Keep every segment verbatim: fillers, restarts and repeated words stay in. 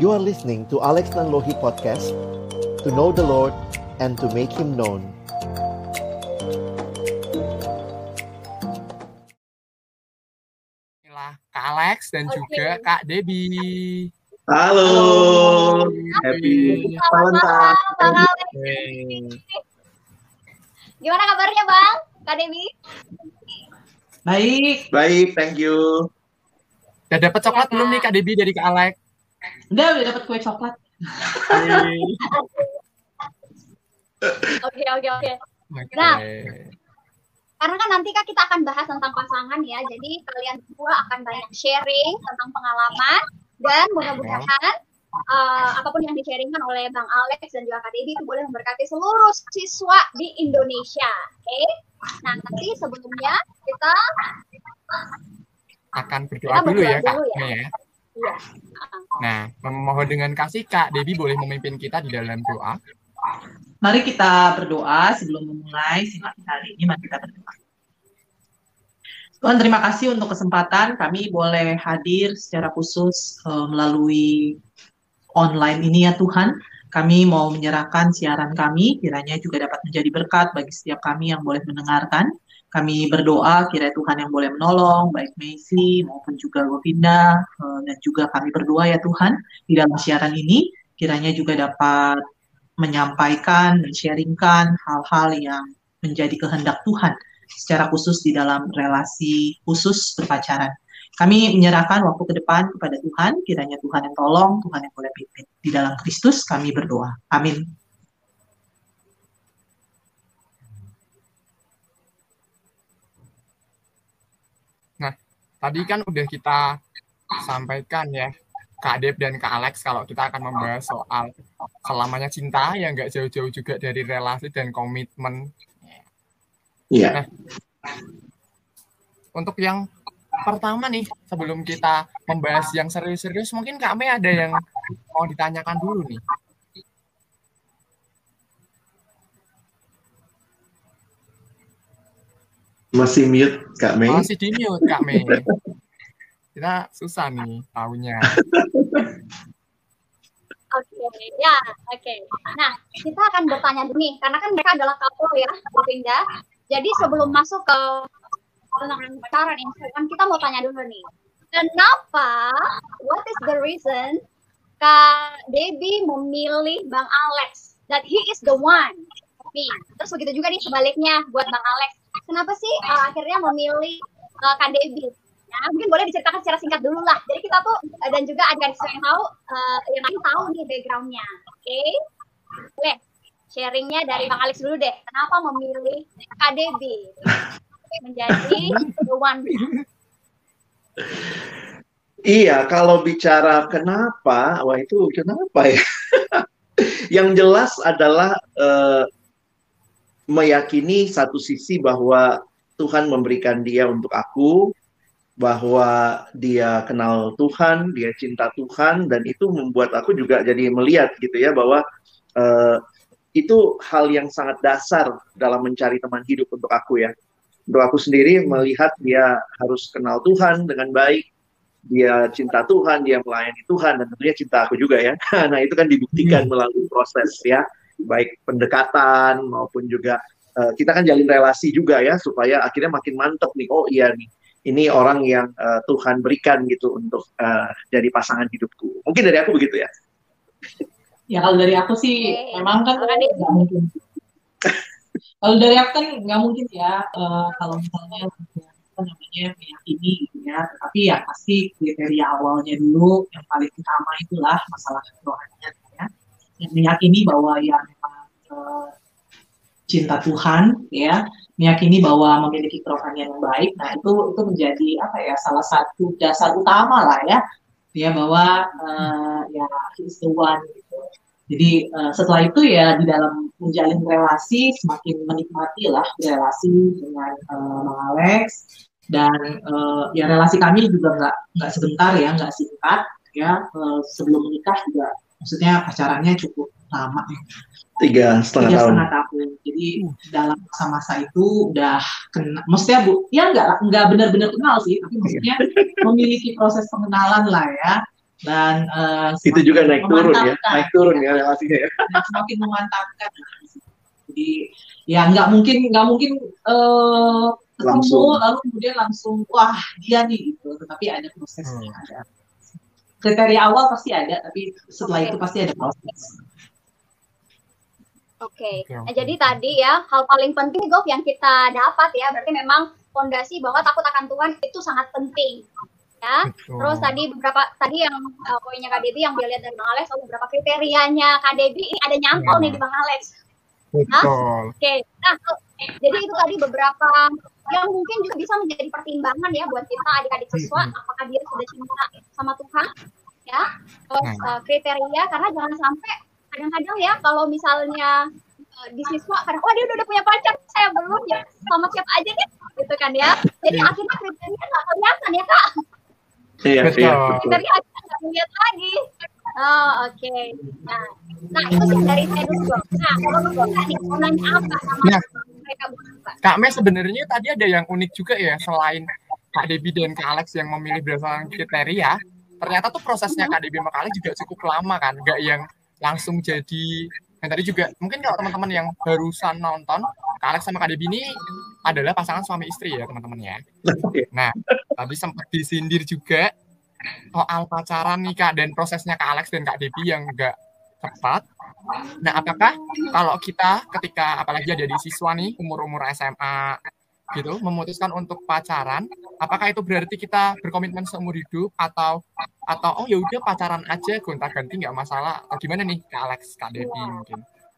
You are listening to Alex Nanlohi Podcast, to know the Lord and to make Him known. Inilah Kak Alex dan Oke. juga Kak Debbie. Halo, Halo. happy Selamat Valentine. malam, Bang Alex. Hey. Gimana kabarnya, Bang? Kak Debbie? Baik, Baik, thank you. Udah dapat coklat Iya, belum Kak. nih Kak Debbie dari Kak Alex? udah udah dapat kue coklat. Hey. Oke, oke, oke. Oke. Nah. Karena kan nanti Kak kita akan bahas tentang pasangan ya. Jadi kalian berdua akan banyak sharing tentang pengalaman dan mudah-mudahan uh, apapun yang di-sharingkan oleh Bang Alex dan juga Kak Debbie itu boleh memberkati seluruh siswa di Indonesia. Oke? Nah, nanti sebelumnya kita akan berdoa Kita dulu berdoa ya Kak. dulu ya. Nih ya. Iya. Nah, memohon dengan kasih Kak Debbie boleh memimpin kita di dalam doa. Mari kita berdoa sebelum memulai simak kita hari ini. Mari kita berdoa. Tuhan, terima kasih untuk kesempatan kami boleh hadir secara khusus uh, melalui online ini ya Tuhan. Kami mau menyerahkan siaran kami, kiranya juga dapat menjadi berkat bagi setiap kami yang boleh mendengarkan. Kami berdoa kiranya Tuhan yang boleh menolong, baik Messi maupun juga Govinda, uh, dan juga kami berdoa ya Tuhan, di dalam siaran ini, kiranya juga dapat menyampaikan, men-sharingkan hal-hal yang menjadi kehendak Tuhan, secara khusus di dalam relasi khusus berpacaran. Kami menyerahkan waktu ke depan kepada Tuhan, kiranya Tuhan yang tolong, Tuhan yang boleh pimpin. Di dalam Kristus kami berdoa. Amin. Nah, tadi kan udah kita sampaikan ya, Kak Deb dan Kak Alex, kalau kita akan membahas soal selamanya cinta yang nggak jauh-jauh juga dari relasi dan komitmen. Iya. Nah, untuk yang pertama nih, sebelum kita membahas yang serius-serius, mungkin Kak Mei ada yang mau ditanyakan dulu nih. Masih mute, Kak Mei. Masih di mute Kak Mei. Kita susah nih tahunya. Oke, ya, oke. Nah, kita akan bertanya dulu nih, karena kan mereka adalah couple ya, Govinda. Jadi sebelum masuk ke tentang pacaran ini, kan kita mau tanya dulu nih, kenapa, what is the reason Kak Debbie memilih Bang Alex, that he is the one? Nih, terus begitu juga nih sebaliknya buat Bang Alex, kenapa sih uh, akhirnya memilih uh, Kak Debbie? Ya, mungkin boleh diceritakan secara singkat dulu lah. Jadi kita tuh uh, dan juga adik-adik yang tahu, uh, yang lain tahu nih backgroundnya, oke? Okay? Boleh sharingnya dari Bang Alex dulu deh. Kenapa memilih Kak Debbie menjadi the one? Iya, kalau bicara kenapa, wah itu kenapa ya? Yang jelas adalah uh, meyakini satu sisi bahwa Tuhan memberikan dia untuk aku, bahwa dia kenal Tuhan, dia cinta Tuhan, dan itu membuat aku juga jadi melihat gitu ya, bahwa uh, itu hal yang sangat dasar dalam mencari teman hidup untuk aku ya. Untuk aku sendiri melihat dia harus kenal Tuhan dengan baik, dia cinta Tuhan, dia melayani Tuhan, dan tentunya cinta aku juga ya. Nah itu kan dibuktikan melalui proses ya, baik pendekatan maupun juga uh, kita kan jalin relasi juga ya, supaya akhirnya makin mantep nih, oh iya nih, ini orang yang uh, Tuhan berikan gitu untuk uh, jadi pasangan hidupku. Mungkin dari aku begitu ya. Ya kalau dari aku sih Oke. memang kan nggak mungkin. Kalau dari aku kan nggak mungkin ya uh, kalau misalnya apa namanya meyakini gitu ya. Tapi ya pasti kriteria awalnya dulu yang paling utama itulah masalah kerohanian ya. Yang meyakini bahwa ya memang uh, cinta Tuhan ya, meyakini bahwa memiliki kerohanian yang baik. Nah itu itu menjadi apa ya salah satu dasar utama lah ya, ya bahwa uh, ya he is the one gitu. Jadi uh, setelah itu ya di dalam menjalin relasi semakin menikmati lah relasi dengan uh, Bang Alex, dan uh, ya relasi kami juga nggak nggak sebentar ya, nggak singkat ya, uh, sebelum menikah juga maksudnya pacarannya cukup lama ya. Tiga setengah Tiga tahun. setengah tahun. Jadi dalam masa-masa itu udah kena, maksudnya bu, ya nggak nggak benar-benar kenal sih, tapi maksudnya memiliki proses pengenalan lah ya. dan uh, itu juga naik turun ya, memantapkan. naik turun ya relasinya ya. Dan semakin memantapkan. Jadi ya nggak mungkin nggak mungkin uh, ketemu Langsung. lalu kemudian langsung wah dia nih gitu. Tetapi ada prosesnya. Hmm. Ada kriteria awal pasti ada, tapi setelah Oke. itu pasti ada proses. Oke, Oke, nah oke. jadi tadi ya hal paling penting Gov yang kita dapat ya berarti memang fondasi bahwa takut akan Tuhan itu sangat penting ya. Betul. Terus tadi beberapa tadi yang uh, poinnya Kak Debbie yang dilihat dari Bang Alex, oh, beberapa kriterianya Kak Debbie ini ada nyantol Hmm. nih di Bang Alex. Betul. Oke, nah jadi itu tadi beberapa yang mungkin juga bisa menjadi pertimbangan ya buat kita adik-adik siswa Mm-mm. apakah dia sudah cinta sama Tuhan ya. Terus Nah. uh, kriteria karena jangan sampai kadang-kadang ya kalau misalnya uh, di siswa kadang wah dia udah, udah punya pacar saya belum ya sama siapa aja deh gitu kan ya. Jadi Iya. akhirnya kriteria nggak kelihatan ya Kak. Iya, Betul. iya, betul. Kriteria akhirnya nggak lihat lagi. Oh oke. Nah, nah itu sih dari saya dulu Bang. Nah kalau lu Bang nih mau nanya apa sama Nah. mereka berdua? Kak Me sebenarnya tadi ada yang unik juga ya, selain Kak Debbie dan Kak Alex yang memilih berdasarkan kriteria, ternyata tuh prosesnya Kak Debbie sama Kak Alex juga cukup lama kan, nggak yang langsung jadi. Dan tadi juga mungkin kalau teman-teman yang barusan nonton, Kak Alex sama Kak Debbie ini adalah pasangan suami istri ya teman-teman ya. Nah, tadi sempat disindir juga soal pacaran nih Kak, dan prosesnya Kak Alex dan Kak Debbie yang nggak tepat. Nah, apakah kalau kita ketika apalagi ada di siswa nih umur-umur S M A gitu memutuskan untuk pacaran, apakah itu berarti kita berkomitmen seumur hidup atau atau oh ya udah pacaran aja gonta-ganti nggak masalah atau gimana nih Kak Alex, Kak Debbie mungkin?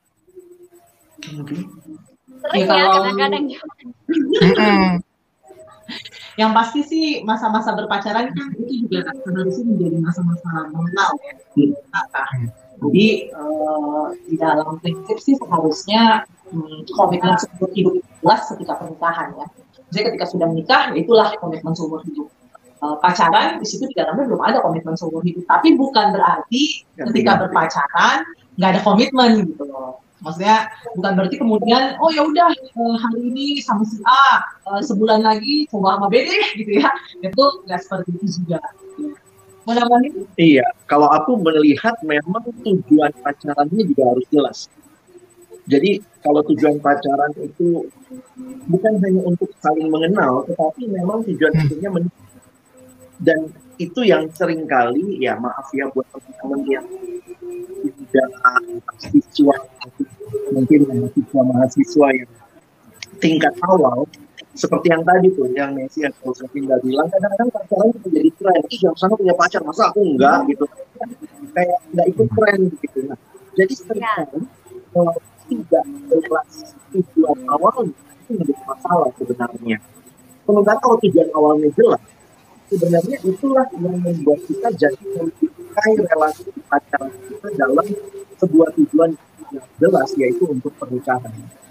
Sering Ya, ya kalau- kadang-kadang. Mm-mm. Yang pasti sih masa-masa berpacaran kan itu juga harusnya menjadi masa-masa mengenal ya. Nah, jadi eh, di dalam prinsip sih seharusnya hmm, komitmen seumur hidup itu jelas ketika pernikahan ya. Jadi ketika sudah menikah, ya itulah komitmen seumur hidup. Eh, pacaran di situ di dalamnya belum ada komitmen seumur hidup. Tapi bukan berarti ketika berpacaran nggak ada komitmen gitu loh. Maksudnya bukan berarti kemudian oh ya udah eh, hari ini sama si A, eh, sebulan lagi coba sama B deh gitu ya. Itu nggak seperti itu juga. Mau nambahin? Iya, kalau aku melihat memang tujuan pacarannya juga harus jelas. Jadi kalau tujuan pacaran itu bukan hanya untuk saling mengenal, tetapi memang tujuan akhirnya menikah. Dan itu yang seringkali, ya maaf ya buat teman-teman yang tidak mahasiswa, mungkin mahasiswa-mahasiswa yang tingkat awal, seperti yang tadi tuh, yang Messi atau Safinda bilang, kadang-kadang pacaran itu menjadi tren. Ih, yang sana punya pacar, masa aku enggak gitu. Kayak enggak ikut tren gitu. Nah, jadi seringkali kalau tidak jelas tujuan awalnya itu menjadi masalah sebenarnya. Sementara kalau tujuan awalnya jelas, sebenarnya itulah yang membuat kita jadi mencintai relasi pacaran kita dalam sebuah tujuan yang jelas, yaitu untuk pernikahan.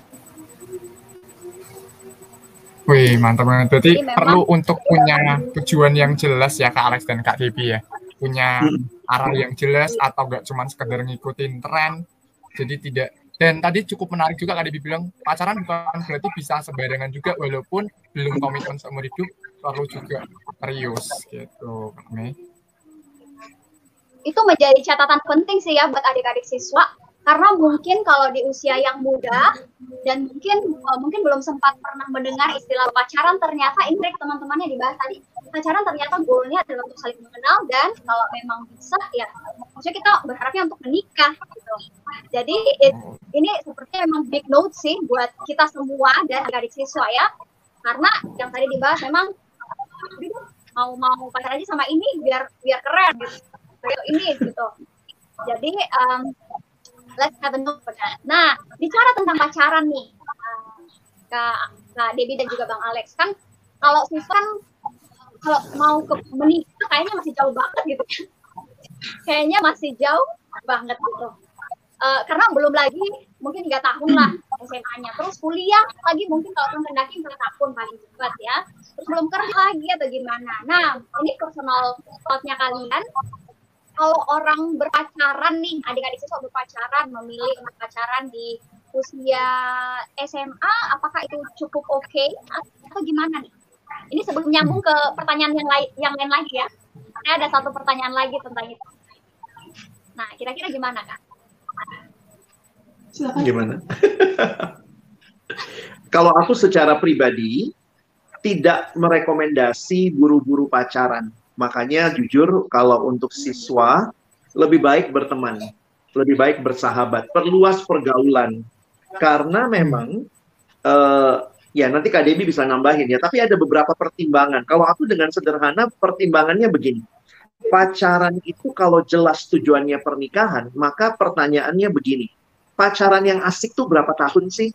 Wih, mantap banget. Berarti Jadi memang- perlu untuk punya tujuan yang jelas ya Kak Alex dan Kak Debbie ya. Punya Hmm. arah yang jelas atau enggak cuma sekedar ngikutin tren. Jadi tidak. Dan tadi cukup menarik juga Kak Debbie bilang pacaran bukan berarti bisa sembarangan juga walaupun belum komitmen seumur hidup, perlu juga serius gitu. Kak Mei. Itu menjadi catatan penting sih ya buat adik-adik siswa karena mungkin kalau di usia yang muda dan mungkin uh, mungkin belum sempat pernah mendengar istilah pacaran, ternyata ini teman-temannya dibahas tadi, pacaran ternyata goalnya adalah untuk saling mengenal dan kalau memang bisa ya maksudnya kita berharapnya untuk menikah gitu. Jadi it, ini sepertinya memang big note sih buat kita semua dan adik-adik siswa ya, karena yang tadi dibahas memang mau mau pacaran aja sama ini biar biar keren gitu. Ini gitu. Jadi um, let's have a look for that. Nah, bicara tentang pacaran nih, uh, Kak, Kak Debbie dan juga Bang Alex, kan kalau siswa kan kalau mau ke menikah kayaknya masih jauh banget gitu. Kayaknya masih jauh banget gitu. Uh, karena belum lagi mungkin tiga tahun lah S M A-nya. Terus kuliah lagi mungkin kalau teman pendaki empat tahun paling cepat ya. Terus belum kerja lagi atau gimana. Nah, ini personal thought-nya kalian. Kalau orang berpacaran nih, adik-adik siswa berpacaran, memilih untuk pacaran di usia S M A, apakah itu cukup oke okay, atau gimana nih? Ini sebelum nyambung ke pertanyaan yang lain, yang lain lagi ya. saya ada satu pertanyaan lagi tentang itu. Nah, kira-kira gimana, Kak? Silakan. Gimana? Kalau aku secara pribadi tidak merekomendasi buru-buru pacaran. Makanya jujur kalau untuk siswa lebih baik berteman, lebih baik bersahabat, perluas pergaulan. Karena memang uh, ya nanti Kak Debbie bisa nambahin ya, tapi ada beberapa pertimbangan. Kalau aku dengan sederhana pertimbangannya begini. Pacaran itu kalau jelas tujuannya pernikahan, maka pertanyaannya begini. Pacaran yang asik tuh berapa tahun sih?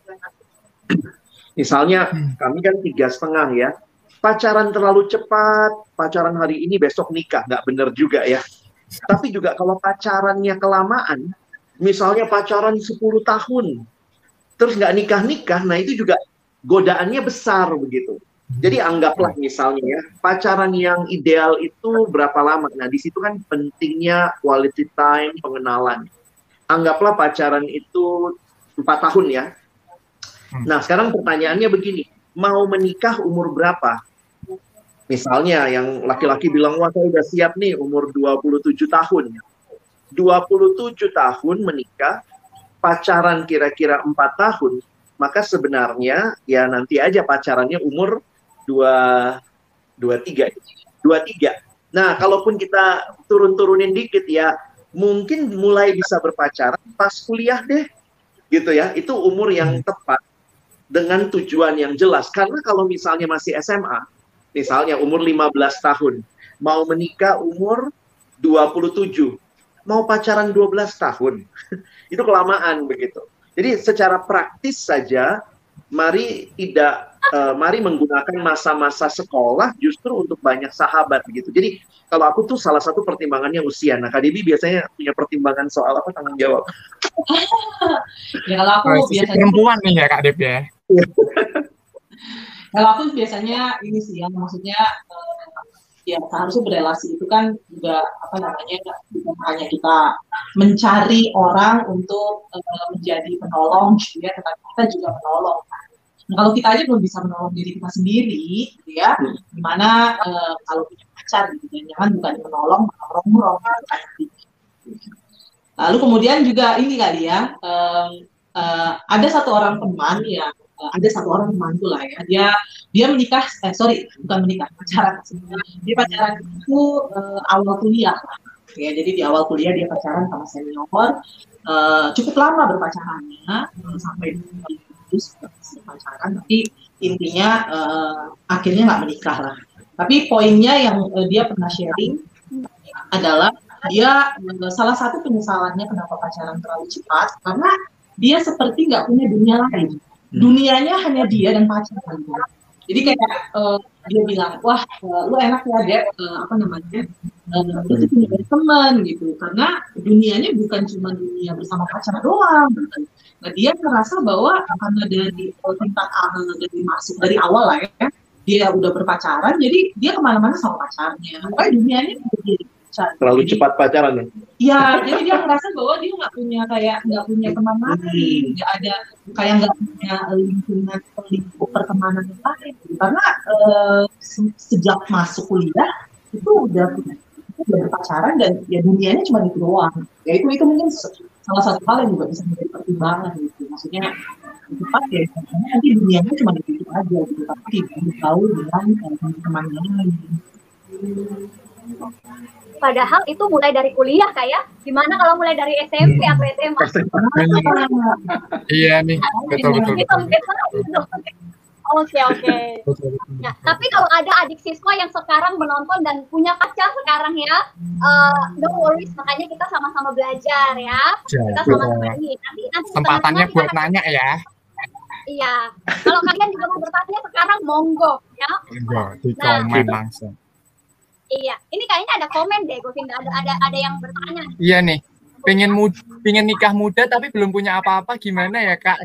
Misalnya kami kan tiga setengah ya. Pacaran terlalu cepat, pacaran hari ini besok nikah, nggak bener juga ya. Tapi juga kalau pacarannya kelamaan, misalnya pacaran sepuluh tahun, terus nggak nikah-nikah, nah itu juga godaannya besar begitu. Jadi anggaplah misalnya ya, pacaran yang ideal itu berapa lama? Nah di situ kan pentingnya quality time, pengenalan. Anggaplah pacaran itu empat tahun ya. Nah sekarang pertanyaannya begini, mau menikah umur berapa? Misalnya yang laki-laki bilang, wah saya udah siap nih umur dua puluh tujuh tahun. dua puluh tujuh tahun menikah, pacaran kira-kira empat tahun, maka sebenarnya ya nanti aja pacarannya umur dua dua tiga dua tiga. Nah, kalaupun kita turun-turunin dikit ya, mungkin mulai bisa berpacaran pas kuliah deh. Gitu ya. Itu umur yang tepat dengan tujuan yang jelas. Karena kalau misalnya masih S M A, misalnya umur lima belas tahun, mau menikah umur dua puluh tujuh, mau pacaran dua belas tahun. Itu kelamaan begitu. Jadi secara praktis saja mari tidak uh, mari menggunakan masa-masa sekolah justru untuk banyak sahabat begitu. Jadi kalau aku tuh salah satu pertimbangannya usia. Nah, Kak Debbie biasanya punya pertimbangan soal apa tanggung jawab? Ya kalau aku Oh, biasanya perempuan nih ya Kak Deb ya. kalau aku biasanya ini sih ya, maksudnya eh, ya seharusnya berelasi itu kan juga apa namanya bukan hanya kita mencari orang untuk uh, menjadi penolong gitu ya, tetapi kita juga menolong. Nah, kalau kita aja belum bisa menolong diri kita sendiri, gitu ya, gimana uh, kalau punya pacar gitu ya, jangan bukan menolong, malah merongrong. Lalu kemudian juga ini kali ya, uh, uh, ada satu orang teman yang ada satu orang temanku lah ya, dia dia menikah, eh sorry bukan menikah, pacaran maksudnya. Dia pacaran itu uh, awal kuliah, ya. Jadi di awal kuliah dia pacaran sama senior, uh, cukup lama berpacarannya uh, sampai lulus pacaran, tapi intinya uh, akhirnya nggak menikah lah. Tapi poinnya yang uh, dia pernah sharing adalah dia uh, salah satu penyesalannya kenapa pacaran terlalu cepat karena dia seperti nggak punya dunia lain. Dunianya hanya dia dan pacarnya. Jadi kayak uh, dia bilang, wah uh, lu enak ya Dep, uh, apa namanya, uh, lu tuh punya teman gitu. Karena dunianya bukan cuma dunia bersama pacar doang. Gitu. Nah dia merasa bahwa karena dari uh, tingkat awal dari masuk dari awal lah ya, dia udah berpacaran, jadi dia kemana-mana sama pacarnya. Makanya dunianya jadi terlalu jadi, cepat pacaran ya? Iya, jadi dia merasa bahwa dia nggak punya kayak nggak punya teman lain, nggak ada kayak nggak punya lingkungan lingkup pertemanan yang lain. Karena uh, se- sejak masuk kuliah itu udah itu udah berpacaran dan ya dunianya cuma itu doang. Ya itu itu mungkin salah satu hal yang juga bisa menjadi pertimbangan gitu. Maksudnya cepat ya, karena nanti dunianya cuma itu aja gitu, tapi tidak tahu dengan teman-temannya lain. Padahal itu mulai dari kuliah kayak gimana kalau mulai dari S M P atau S M A? Iya nih, betul betul. betul. Oke oke. Nah, tapi kalau ada adik siswa yang sekarang menonton dan punya pacar sekarang ya, uh, don't worry, makanya kita sama-sama belajar ya. Kita sama-sama ini. Nanti nanti Kesempatannya buat nanya ya. Iya. Kalau kalian juga mau bertanya sekarang monggo ya. Monggo di komen nah, langsung. Iya, ini kayaknya ada komen deh, Govinda. Ada ada ada yang bertanya. Iya nih, pengen mud, pengen nikah muda tapi belum punya apa-apa, gimana ya Kak?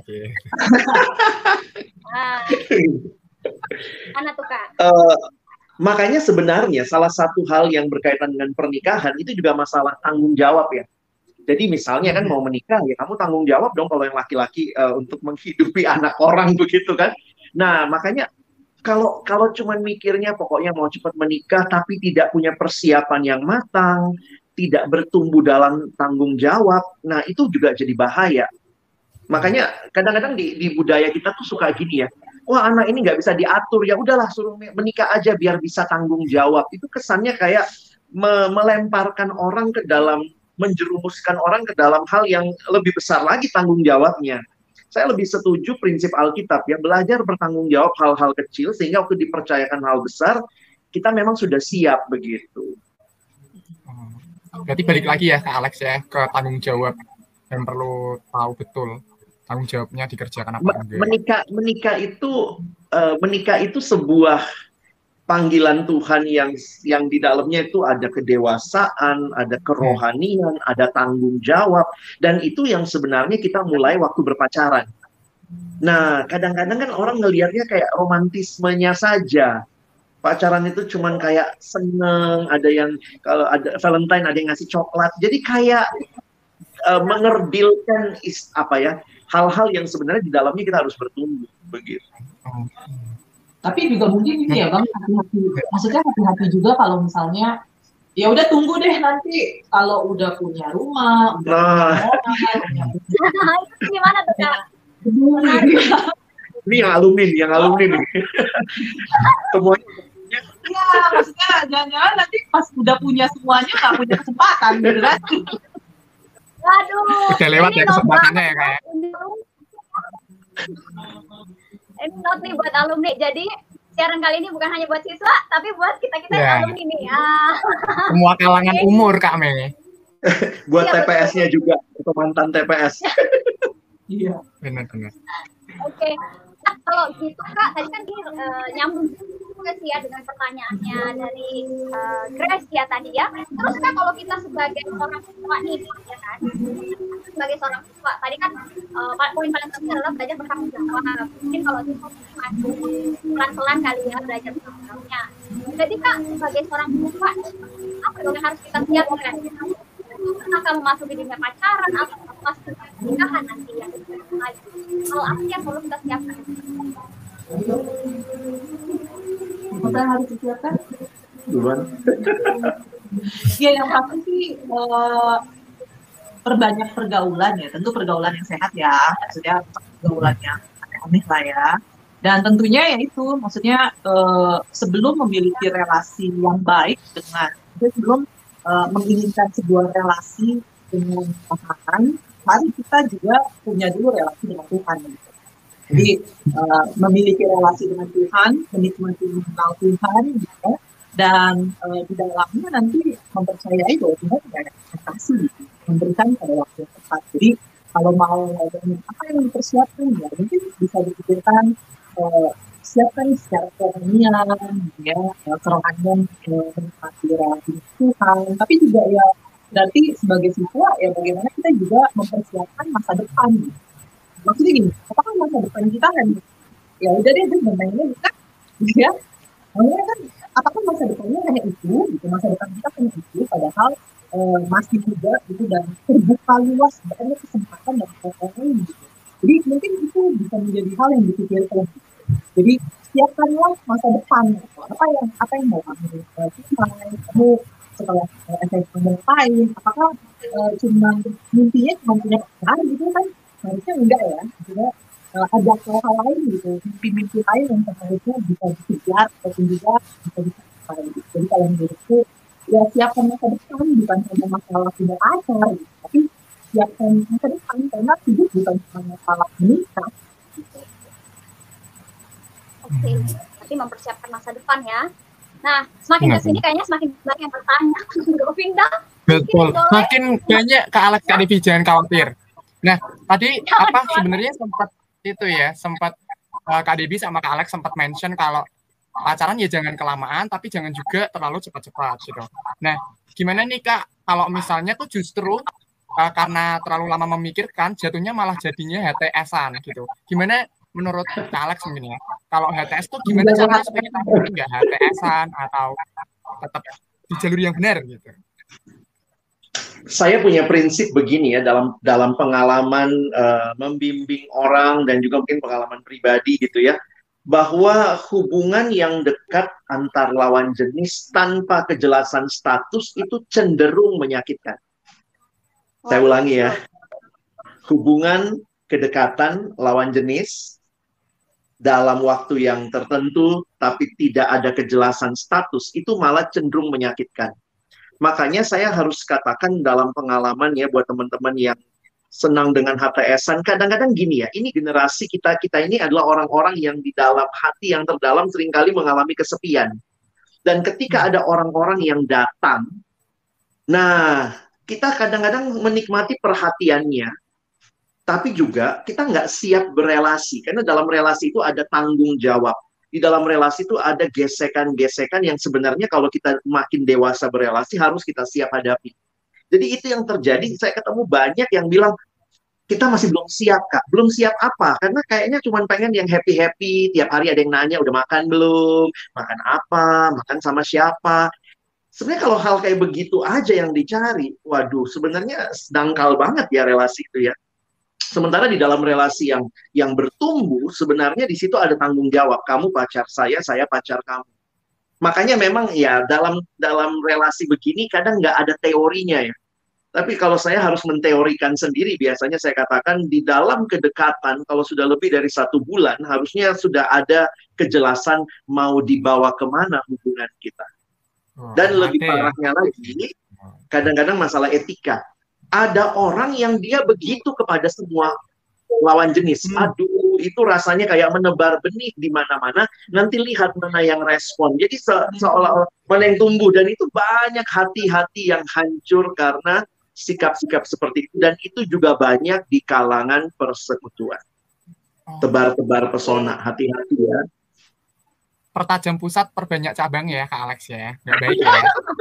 Ah. Mana tuh Kak? Uh, makanya sebenarnya salah satu hal yang berkaitan dengan pernikahan itu juga masalah tanggung jawab ya. Jadi misalnya kan mau menikah ya kamu tanggung jawab dong kalau yang laki-laki uh, untuk menghidupi anak orang begitu kan. Nah makanya Kalau kalau cuman mikirnya pokoknya mau cepat menikah tapi tidak punya persiapan yang matang, tidak bertumbuh dalam tanggung jawab, nah itu juga jadi bahaya. Makanya kadang-kadang di, di budaya kita tuh suka gini ya, wah anak ini nggak bisa diatur, ya udahlah suruh menikah aja biar bisa tanggung jawab. Itu kesannya kayak me- melemparkan orang ke dalam, menjerumuskan orang ke dalam hal yang lebih besar lagi tanggung jawabnya. Saya lebih setuju prinsip Alkitab ya, belajar bertanggung jawab hal-hal kecil sehingga waktu dipercayakan hal besar, kita memang sudah siap begitu. Berarti balik lagi ya ke Alex ya, ke tanggung jawab yang perlu tahu betul tanggung jawabnya dikerjakan apa enggak. Menikah menikah itu uh, menikah itu sebuah panggilan Tuhan yang yang di dalamnya itu ada kedewasaan, ada kerohanian, ada tanggung jawab, dan itu yang sebenarnya kita mulai waktu berpacaran. Nah, kadang-kadang kan orang ngelihatnya kayak romantismenya saja. Pacaran itu cuman kayak seneng, ada yang kalau ada Valentine ada yang ngasih coklat. Jadi kayak uh, mengerdilkan is, apa ya? Hal-hal yang sebenarnya di dalamnya kita harus bertumbuh begitu. Tapi juga mungkin ini ya Bang, hati-hati. Maksudnya hati-hati juga kalau misalnya ya udah tunggu deh nanti kalau udah punya rumah, udah Nah. punya mobil. Itu gimana tuh Kak? Ini yang alumni, yang alumni nih. Semuanya. Iya, maksudnya jangan-jangan nanti pas udah punya semuanya nggak punya kesempatan gitu kan. Waduh. Udah lewat ini ya not kesempatannya banget, ya kayak. Ini not nih buat alumni. Jadi siaran kali ini bukan hanya buat siswa, tapi buat kita-kita yang Ya. alumni nih. Ah. Semua kalangan Oke. umur Kak Mei. Buat Iya, T P S-nya juga, atau mantan T P S. Iya. Benar-benar. Oke. Nah, kalau gitu Kak, tadi kan dia eh, nyambung juga sih ya dengan pertanyaannya dari eh, Grace ya tadi ya. Terus Kak, kalau kita sebagai orang tua nih, ya kan? Sebagai seorang siswa, tadi kan eh, poin paling penting adalah belajar bertanggung jawab. Mungkin kalau siswa masih pelan-pelan kali ya belajar bertanggung jawabnya. Jadi Kak, sebagai seorang siswa, apa dong yang harus kita siapkan? Apakah kamu masuk di dunia pacaran atau masuk di pernikahan nanti ya? Kalau apa yang perlu kita siapkan? Apa yang harus disiapkan? Duluan. Ya yang pasti sih eh, perbanyak pergaulan ya, tentu pergaulan yang sehat ya, maksudnya pergaulan yang aneh-aneh lah ya. Dan tentunya ya itu, maksudnya eh, sebelum memiliki relasi yang baik dengan, sebelum eh, menginginkan sebuah relasi dengan pasangan, mari kita juga punya dulu relasi dengan Tuhan. Gitu. Jadi uh, memiliki relasi dengan Tuhan, menikmati mengenal Tuhan, gitu, dan uh, di dalamnya nanti mempercayai bahwa Tuhan tidak ada ekspektasi, gitu, memberikan pada waktu yang tepat. Jadi kalau mau ngomongin apa yang dipersiapkan, ya mungkin bisa dipikirkan uh, siapkan secara kerohanian, ya kerohanian uh, menikmati relasi Tuhan, tapi juga ya berarti sebagai siswa ya bagaimana kita juga mempersiapkan masa depan. Gitu. Maksudnya gini, apakah masa depan kita kan ya udah deh itu mainnya bukan ya, makanya kan apakah masa depannya hanya itu gitu, masa depan kita hanya itu padahal eh, masih juga gitu dan terbuka luas banyak kesempatan dan peluang gitu. Jadi mungkin itu bisa menjadi hal yang dipikirkan. Jadi siapkanlah masa depan gitu. apa yang apa yang mau kamu uh, kamu setelah uh, S M A ngapain, apakah uh, cuma mimpinya cuma punya pasangan gitu kan, harusnya enggak ya, juga uh, ada hal-hal lain gitu, mimpi-mimpi lain yang seharusnya bisa dikejar ataupun juga bisa dicapai. Gitu. Jadi kalau menurutku ya siapkan masa depan bukan hanya masalah punya pacar, gitu. Tapi siapkan masa depan karena hidup bukan cuma masalah menikah. Gitu. Oke, berarti mempersiapkan masa depan ya. Nah, semakin Benar, kesini kayaknya semakin banyak yang bertanya. Govinda, Betul. boleh? Makin banyak Kak Alex, Kak Devi, jangan khawatir. Nah, tadi apa sebenarnya sempat itu ya, sempat uh, Kak Devi sama Kak Alex sempat mention kalau pacaran ya jangan kelamaan, tapi jangan juga terlalu cepat-cepat gitu. Nah, gimana nih Kak, kalau misalnya tuh justru uh, karena terlalu lama memikirkan, jatuhnya malah jadinya H T S-an gitu. Gimana menurut Kak Alex mungkin ya? Kalau H T S tuh gimana caranya supaya kita nggak H T S-an atau tetap di jalur yang benar gitu? Saya punya prinsip begini ya dalam dalam pengalaman uh, membimbing orang dan juga mungkin pengalaman pribadi gitu ya. bahwa hubungan yang dekat antar lawan jenis tanpa kejelasan status itu cenderung menyakitkan. Saya ulangi ya. Hubungan kedekatan lawan jenis dalam waktu yang tertentu tapi tidak ada kejelasan status itu malah cenderung menyakitkan. Makanya saya harus katakan dalam pengalaman ya buat teman-teman yang senang dengan H T S-an, kadang-kadang gini ya, ini generasi kita-kita ini adalah orang-orang yang di dalam hati yang terdalam seringkali mengalami kesepian. Dan ketika ada orang-orang yang datang, nah kita kadang-kadang menikmati perhatiannya, tapi juga kita nggak siap berelasi, karena dalam relasi itu ada tanggung jawab. Di dalam relasi itu ada gesekan-gesekan yang sebenarnya kalau kita makin dewasa berelasi harus kita siap hadapi. Jadi itu yang terjadi, saya ketemu banyak yang bilang, kita masih belum siap, Kak. Belum siap apa? Karena kayaknya cuma pengen yang happy-happy, tiap hari ada yang nanya, udah makan belum? Makan apa? Makan sama siapa? Sebenarnya kalau hal kayak begitu aja yang dicari, waduh, sebenarnya dangkal banget ya relasi itu ya. Sementara di dalam relasi yang yang bertumbuh, sebenarnya di situ ada tanggung jawab. Kamu pacar saya, saya pacar kamu. Makanya memang ya dalam dalam relasi begini kadang nggak ada teorinya ya. Tapi kalau saya harus menteorikan sendiri, biasanya saya katakan di dalam kedekatan kalau sudah lebih dari satu bulan harusnya sudah ada kejelasan mau dibawa kemana hubungan kita. Dan lebih parahnya lagi, kadang-kadang masalah etika. Ada orang yang dia begitu kepada semua lawan jenis. Aduh, itu rasanya kayak menebar benih di mana-mana. Nanti lihat mana yang respon. Jadi se seolah-olah mana yang tumbuh. Dan itu banyak hati-hati yang hancur karena sikap-sikap seperti itu. Dan itu juga banyak di kalangan persekutuan. Tebar-tebar pesona. Hati-hati ya. Pertajam pusat, perbanyak cabang ya, Kak Alex ya. Nggak baik ya.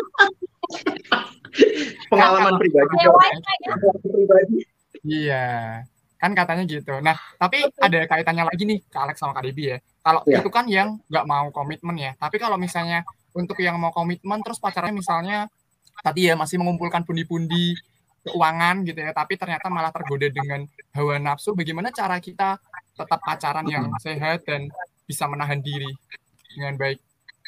Pengalaman pribadi. pribadi. Iya. Kan katanya gitu. Nah, tapi ada kaitannya lagi nih Kak Alex sama Kak Debbie ya. Kalau ya. itu kan yang nggak mau komitmen ya. Tapi kalau misalnya untuk yang mau komitmen terus pacarnya misalnya tadi ya masih mengumpulkan pundi-pundi keuangan gitu ya, tapi ternyata malah tergoda dengan hawa nafsu, bagaimana cara kita tetap pacaran yang sehat dan bisa menahan diri dengan baik?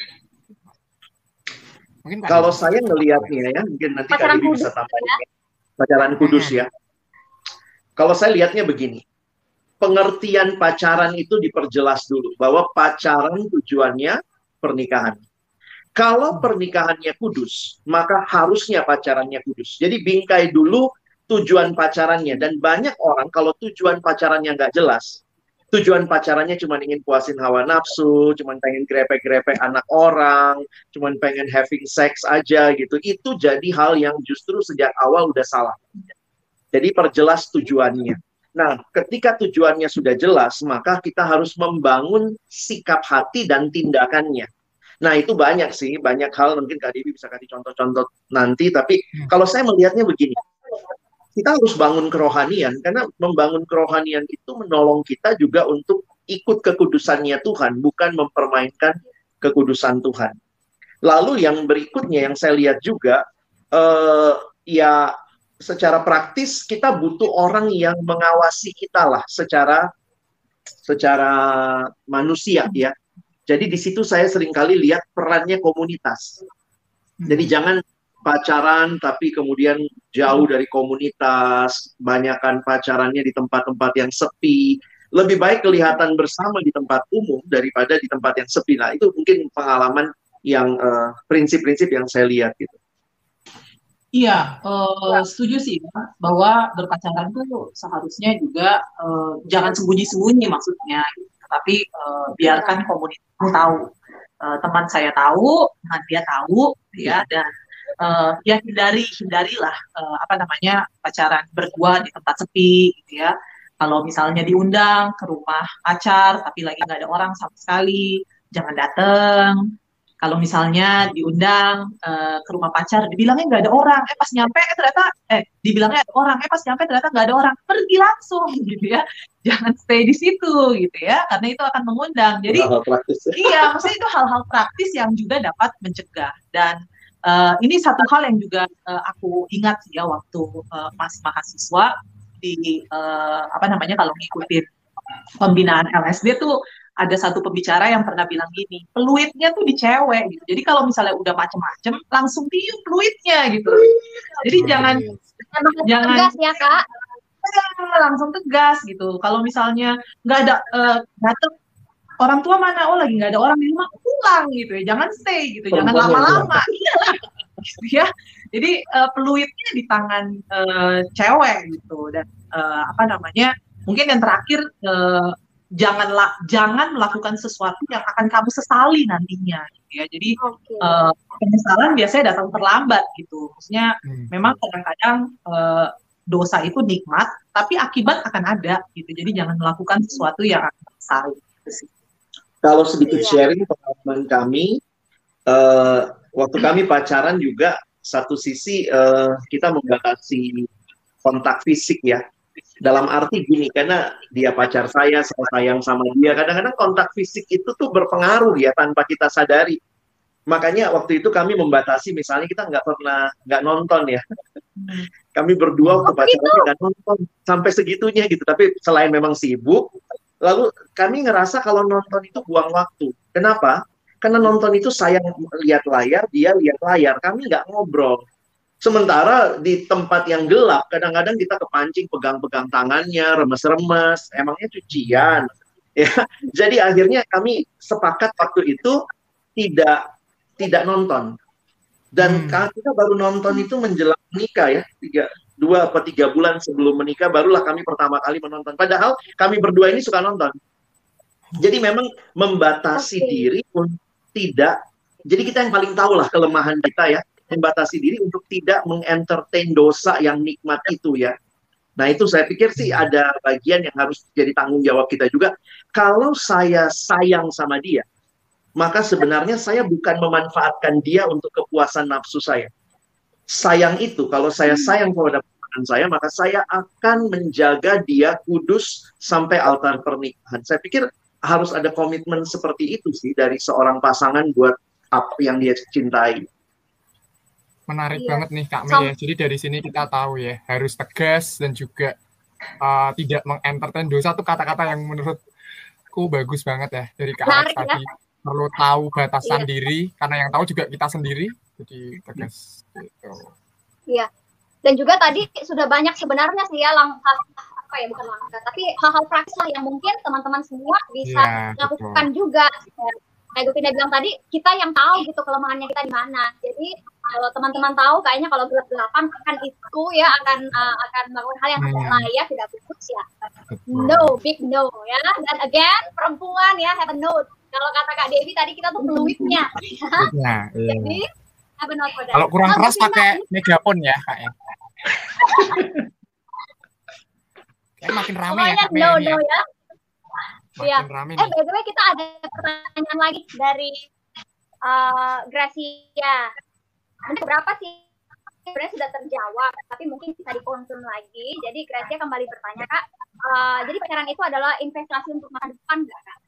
Mungkin kalau saya ngelihatnya ya, mungkin nanti Kak Debbie bisa tambahkan. Pacaran kudus ya. Kalau saya lihatnya begini, pengertian pacaran itu diperjelas dulu, bahwa pacaran tujuannya pernikahan. Kalau pernikahannya kudus, maka harusnya pacarannya kudus. Jadi bingkai dulu tujuan pacarannya. Dan banyak orang kalau tujuan pacarannya nggak jelas, tujuan pacarannya cuma ingin puasin hawa nafsu, cuma pengen grepe-grepe anak orang, cuma pengen having sex aja gitu. Itu jadi hal yang justru sejak awal udah salah. Jadi perjelas tujuannya. Nah, ketika tujuannya sudah jelas, maka kita harus membangun sikap hati dan tindakannya. Nah, itu banyak sih, banyak hal, mungkin Kak Debbie bisa kasih contoh-contoh nanti, tapi kalau saya melihatnya begini, kita harus bangun kerohanian, karena membangun kerohanian itu menolong kita juga untuk ikut kekudusannya Tuhan, bukan mempermainkan kekudusan Tuhan. Lalu yang berikutnya yang saya lihat juga, eh, ya secara praktis kita butuh orang yang mengawasi kita lah secara secara manusia ya. Jadi di situ saya seringkali lihat perannya komunitas. Jadi jangan pacaran tapi kemudian jauh dari komunitas, banyakkan pacarannya di tempat-tempat yang sepi. Lebih baik kelihatan bersama di tempat umum daripada di tempat yang sepi. Nah, itu mungkin pengalaman yang prinsip-prinsip uh, yang saya lihat gitu. Iya, uh, setuju sih ya, bahwa berpacaran itu seharusnya juga uh, jangan sembunyi-sembunyi maksudnya, gitu. Tapi uh, biarkan komunitas tahu, uh, teman saya tahu, teman dia tahu, ya, dan uh, ya hindari hindarilah uh, apa namanya pacaran berdua di tempat sepi, gitu ya. Kalau misalnya diundang ke rumah pacar, tapi lagi nggak ada orang sama sekali, jangan datang. Kalau misalnya diundang uh, ke rumah pacar, dibilangnya nggak ada orang, eh pas nyampe eh, ternyata, eh dibilangnya ada orang, eh pas nyampe ternyata nggak ada orang, pergi langsung gitu ya, jangan stay di situ gitu ya, karena itu akan mengundang. Jadi hal-hal praktis, ya. Iya, maksudnya itu hal-hal praktis yang juga dapat mencegah. Dan uh, ini satu hal yang juga uh, aku ingat ya waktu uh, masih mahasiswa di uh, apa namanya kalau ngikutin pembinaan L S D tuh ada satu pembicara yang pernah bilang gini, peluitnya tuh di cewek gitu. Jadi kalau misalnya udah macem-macem, langsung tiup peluitnya gitu. Jadi jangan Emang jangan tegas ya kak. langsung tegas gitu. Kalau misalnya nggak ada uh, datang orang tua mana, oh lagi nggak ada orang di rumah, pulang gitu ya, jangan stay gitu, jangan Perempuan yang lama-lama, iya lah, gitu ya. Jadi uh, peluitnya di tangan uh, cewek gitu, dan uh, apa namanya, mungkin yang terakhir uh, jangan la- jangan melakukan sesuatu yang akan kamu sesali nantinya, gitu ya. Jadi Oke. uh, penyesalan biasanya datang terlambat gitu, maksudnya Hmm. memang kadang-kadang uh, dosa itu nikmat, tapi akibat akan ada gitu. Jadi jangan melakukan sesuatu yang akan sesali. Gitu sih. Kalau sedikit Iya. sharing pengalaman kami, eh, waktu kami pacaran juga satu sisi eh, kita membatasi kontak fisik ya. Dalam arti gini, karena dia pacar saya, saya sayang sama dia. Kadang-kadang kontak fisik itu tuh berpengaruh ya tanpa kita sadari. Makanya waktu itu kami membatasi, misalnya kita nggak pernah nggak nonton ya. Kami berdua waktu Oh, pacaran gitu? nggak nonton sampai segitunya gitu. Tapi selain memang sibuk, lalu kami ngerasa kalau nonton itu buang waktu. Kenapa? Karena nonton itu saya lihat layar, dia lihat layar. Kami nggak ngobrol. Sementara di tempat yang gelap, kadang-kadang kita kepancing pegang-pegang tangannya, remes-remes, emangnya cucian. Ya, jadi akhirnya kami sepakat waktu itu tidak tidak nonton. Dan Hmm. kita baru nonton itu menjelang menikah ya, tiga, dua atau tiga bulan sebelum menikah, barulah kami pertama kali menonton. Padahal kami berdua ini suka nonton. Jadi memang membatasi Oke. diri untuk tidak, jadi kita yang paling tahu lah kelemahan kita ya, membatasi diri untuk tidak mengentertain dosa yang nikmat itu ya. Nah itu saya pikir sih ada bagian yang harus jadi tanggung jawab kita juga. Kalau saya sayang sama dia, maka sebenarnya saya bukan memanfaatkan dia untuk kepuasan nafsu saya. Sayang itu, kalau saya sayang kepada pasangan saya, maka saya akan menjaga dia kudus sampai altar pernikahan. Saya pikir harus ada komitmen seperti itu sih dari seorang pasangan buat apa yang dia cintai. Menarik Iya. banget nih Kak Mei Sam- ya. Jadi dari sini kita tahu ya, harus tegas dan juga uh, tidak mengentertain dosa tuh kata-kata yang menurutku bagus banget ya dari Kak Alex Menarik ya. tadi. Perlu tahu batasan Iya. diri, karena yang tahu juga kita sendiri. Jadi tegas gitu. Iya. Dan juga tadi sudah banyak sebenarnya sih ya langkah apa ya bukan langkah tapi hal-hal praktis lah yang mungkin teman-teman semua bisa Iya, lakukan juga. Kayak Gupinda bilang tadi, kita yang tahu gitu kelemahannya kita di mana. Jadi kalau teman-teman tahu kayaknya kalau gelap-gelapan akan itu ya akan uh, akan melakukan hal yang tidak Hmm. layak, tidak bagus ya. Betul. No, big no ya. Dan again perempuan ya have a note. Kalau kata Kak Devi tadi kita tuh peluitnya. Nah, iya. Jadi have a note for that. Kalau kurang Nah, keras Gupinda, pakai megapon ya Kak ya. Kayak makin rame ya pokoknya Kak Mei no ini no ya. ya. Iya. Makin rame Eh, nih. by the way kita ada pertanyaan lagi dari uh, Gracia. Mungkin berapa sih sebenarnya sudah terjawab, tapi mungkin bisa dikonfirm lagi. Jadi Gracia kembali bertanya Kak, uh, jadi pacaran itu adalah investasi untuk masa depan nggak Kak?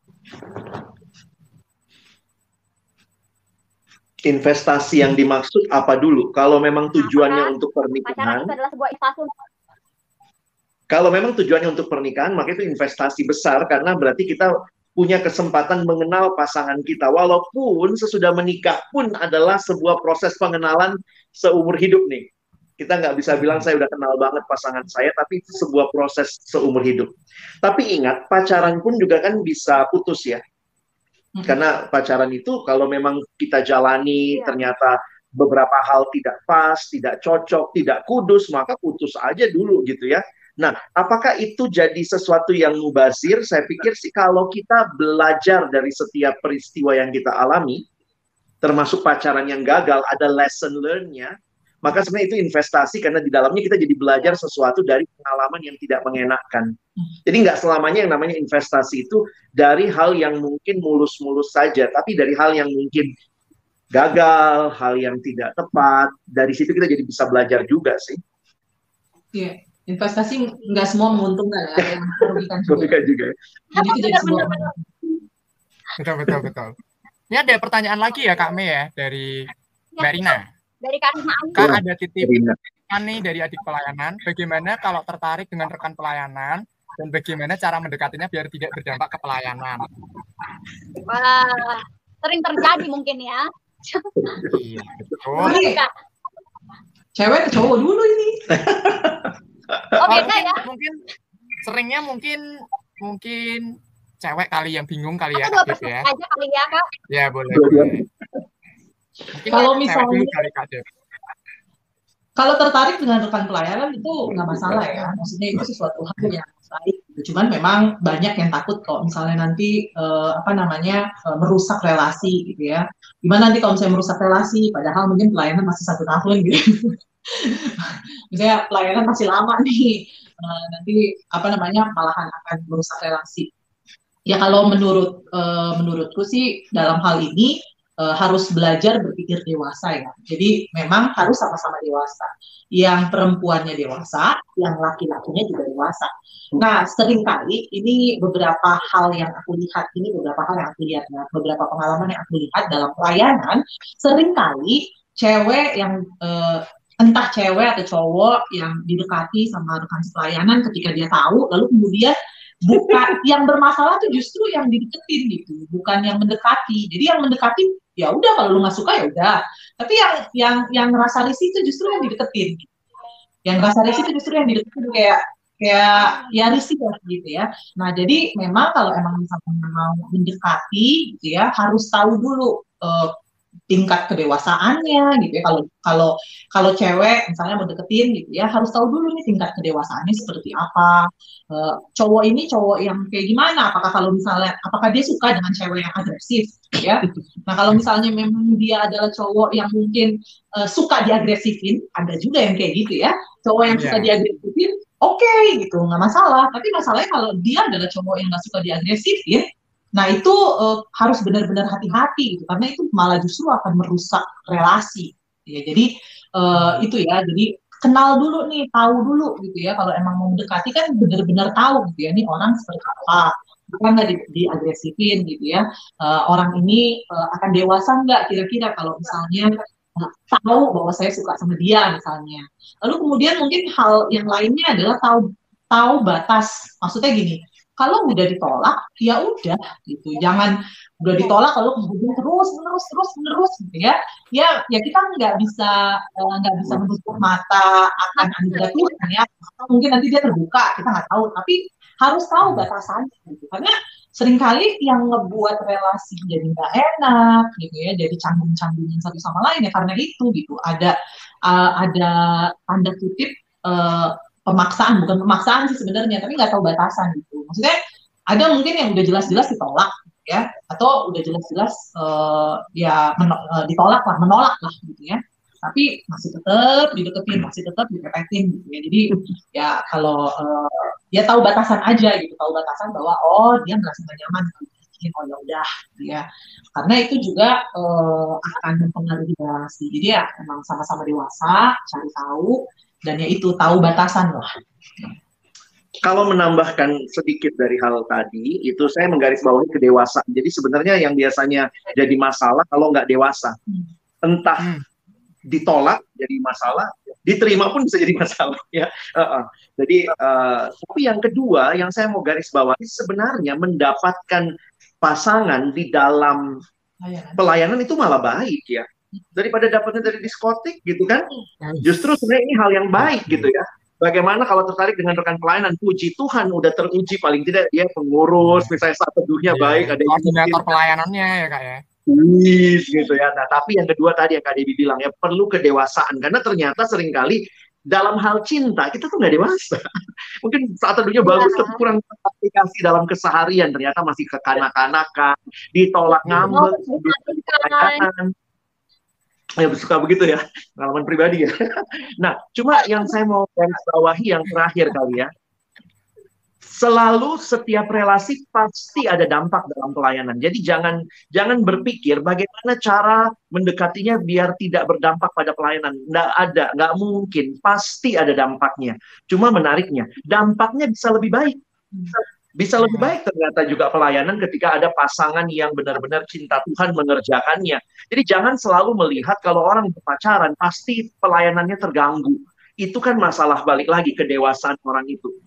Investasi yang dimaksud apa dulu? Kalau memang tujuannya Apakah untuk pacaran pernikahan, itu adalah sebuah investasi untuk kalau memang tujuannya untuk pernikahan, maka itu investasi besar karena berarti kita punya kesempatan mengenal pasangan kita. Walaupun sesudah menikah pun adalah sebuah proses pengenalan seumur hidup nih. Kita nggak bisa bilang saya udah kenal banget pasangan saya, tapi itu sebuah proses seumur hidup. Tapi ingat, pacaran pun juga kan bisa putus ya. Karena pacaran itu kalau memang kita jalani Iya. ternyata beberapa hal tidak pas, tidak cocok, tidak kudus, maka putus aja dulu gitu ya. Nah, apakah itu jadi sesuatu yang mubazir? Saya pikir sih kalau kita belajar dari setiap peristiwa yang kita alami, termasuk pacaran yang gagal, ada lesson learn-nya, maka sebenarnya itu investasi karena di dalamnya kita jadi belajar sesuatu dari pengalaman yang tidak mengenakan. Jadi nggak selamanya yang namanya investasi itu dari hal yang mungkin mulus-mulus saja, tapi dari hal yang mungkin gagal, hal yang tidak tepat. Dari situ kita jadi bisa belajar juga sih. Iya, investasi nggak semua menguntungkan ya, ada yang merugikan juga. Merugikan juga. Jadi itu jadi sebuah Betul, betul, betul. Ini ada pertanyaan lagi ya Kak Mei ya dari Mbak Rina. dari Kak Rina Ayu. Kak ada titip Rina. nih dari adik pelayanan. Bagaimana kalau tertarik dengan rekan pelayanan dan bagaimana cara mendekatinya biar tidak berdampak ke pelayanan. Wah, sering terjadi mungkin ya. Iya, betul. Ini cewek ke cowok dulu ini. Oh, beda mungkin, ya. mungkin seringnya mungkin mungkin cewek kali yang bingung kali ya, Atau dua Kak Dep persen ya. aja kali ya, Kak. Ya boleh. Dua-dua. boleh. Mungkin Kalau cewek misalnya- dulu kali Kak Dep. Kalau tertarik dengan rekan pelayanan itu nggak masalah ya, maksudnya itu sesuatu hal yang baik. Gitu. Cuman memang banyak yang takut kok misalnya nanti eh, apa namanya eh, merusak relasi gitu ya. Gimana nanti kalau misalnya merusak relasi, padahal mungkin pelayanan masih satu tahun gitu. Misalnya pelayanan masih lama nih, eh, nanti apa namanya malahan akan merusak relasi. Ya kalau menurut eh, menurutku sih dalam hal ini eh, harus belajar berpikir dewasa ya. Jadi memang harus sama-sama dewasa. Yang perempuannya dewasa, yang laki-lakinya juga dewasa. Nah, seringkali ini beberapa hal yang aku lihat, ini beberapa hal yang aku lihat, ya, beberapa pengalaman yang aku lihat dalam pelayanan, seringkali cewek yang eh, entah cewek atau cowok yang didekati sama rekan pelayanan ketika dia tahu, lalu kemudian bukan yang bermasalah tuh justru yang dideketin gitu, bukan yang mendekati. Jadi yang mendekati ya udah kalau lu nggak suka ya udah. Tapi yang yang yang ngerasa risih itu justru yang dideketin. Yang ngerasa risih itu justru yang dideketin kayak kayak ya risih ya gitu ya. Nah jadi memang kalau emang misalnya mau mendekati gitu ya harus tahu dulu uh, tingkat kedewasaannya gitu ya. Kalau kalau kalau cewek misalnya mau deketin gitu ya harus tahu dulu nih tingkat kedewasaannya seperti apa. Uh, cowok ini cowok yang kayak gimana? Apakah kalau misalnya apakah dia suka dengan cewek yang agresif ya? Nah kalau misalnya memang dia adalah cowok yang mungkin uh, suka diagresifin, ada juga yang kayak gitu ya. Cowok yang suka Iya. diagresifin, oke okay, gitu nggak masalah. Tapi masalahnya kalau dia adalah cowok yang nggak suka diagresifin, nah itu uh, harus benar-benar hati-hati gitu karena itu malah justru akan merusak relasi ya. Jadi uh, itu ya, jadi kenal dulu nih, tahu dulu gitu ya. Kalau emang mau mendekati kan benar-benar tahu gitu ya, nih orang seperti apa, bukan nggak di, diagresifin gitu ya. Uh, orang ini uh, akan dewasa nggak kira-kira kalau misalnya uh, tahu bahwa saya suka sama dia misalnya. Lalu kemudian mungkin hal yang lainnya adalah tahu tahu batas. Maksudnya gini, kalau udah ditolak, ya udah gitu. Jangan udah ditolak kalau kemudian terus menerus terus menerus gitu ya. Ya, ya kita nggak bisa nggak uh, bisa menutup mata akan anugerah Tuhan ya. Mungkin nanti dia terbuka, kita nggak tahu. Tapi harus tahu batasannya gitu. Karena seringkali yang ngebuat relasi jadi nggak enak gitu ya, jadi canggung-canggungan satu sama lain ya karena itu gitu. Ada uh, ada tanda kutip uh, pemaksaan, bukan pemaksaan sih sebenarnya, tapi nggak tahu batasan gitu. Maksudnya ada mungkin yang udah jelas-jelas ditolak ya, atau udah jelas-jelas uh, ya menol- uh, ditolak lah, menolak lah gitu ya. Tapi masih tetap dideketin, masih tetap direpetin gitu ya. Jadi ya kalau uh, ya tahu batasan aja gitu, tahu batasan bahwa oh dia merasa nggak nyaman gitu, oh ya udah gitu ya. Karena itu juga uh, akan mempengaruhi relasi. Jadi ya emang sama-sama dewasa, cari tahu. Dan ya itu tahu batasan lah. Kalau menambahkan sedikit dari hal tadi, itu saya menggarisbawahi kedewasaan. Jadi sebenarnya yang biasanya jadi masalah kalau nggak dewasa, entah Hmm. ditolak jadi masalah, diterima pun bisa jadi masalah ya. Uh-uh. Jadi uh, tapi yang kedua yang saya mau garis bawahi sebenarnya mendapatkan pasangan di dalam pelayanan itu malah baik ya. Daripada dapatnya dari diskotik gitu kan, justru sebenarnya ini hal yang baik gitu ya. Bagaimana kalau tertarik dengan rekan pelayanan, puji Tuhan udah teruji paling tidak dia pengurus, misalnya satu dunia Iya. baik, ada Koordinator pelayanannya ya Kak ya. Yes, gitu ya. Nah tapi yang kedua tadi yang Kak Debbie bilang ya perlu kedewasaan karena ternyata seringkali dalam hal cinta kita tuh nggak dewasa. Mungkin saat dunia bagus tapi kurang aplikasi dalam keseharian, ternyata masih kekanak-kanakan, ditolak ngambek, ditolak ya suka begitu ya, pengalaman pribadi ya. Nah, cuma yang saya mau garis bawahi yang terakhir kali ya, selalu setiap relasi pasti ada dampak dalam pelayanan. Jadi jangan jangan berpikir bagaimana cara mendekatinya biar tidak berdampak pada pelayanan. Nggak ada, nggak mungkin. Pasti ada dampaknya. Cuma menariknya, dampaknya bisa lebih baik. Bisa lebih baik ternyata juga pelayanan ketika ada pasangan yang benar-benar cinta Tuhan mengerjakannya. Jadi jangan selalu melihat kalau orang berpacaran pasti pelayanannya terganggu. Itu kan masalah balik lagi kedewasaan orang itu.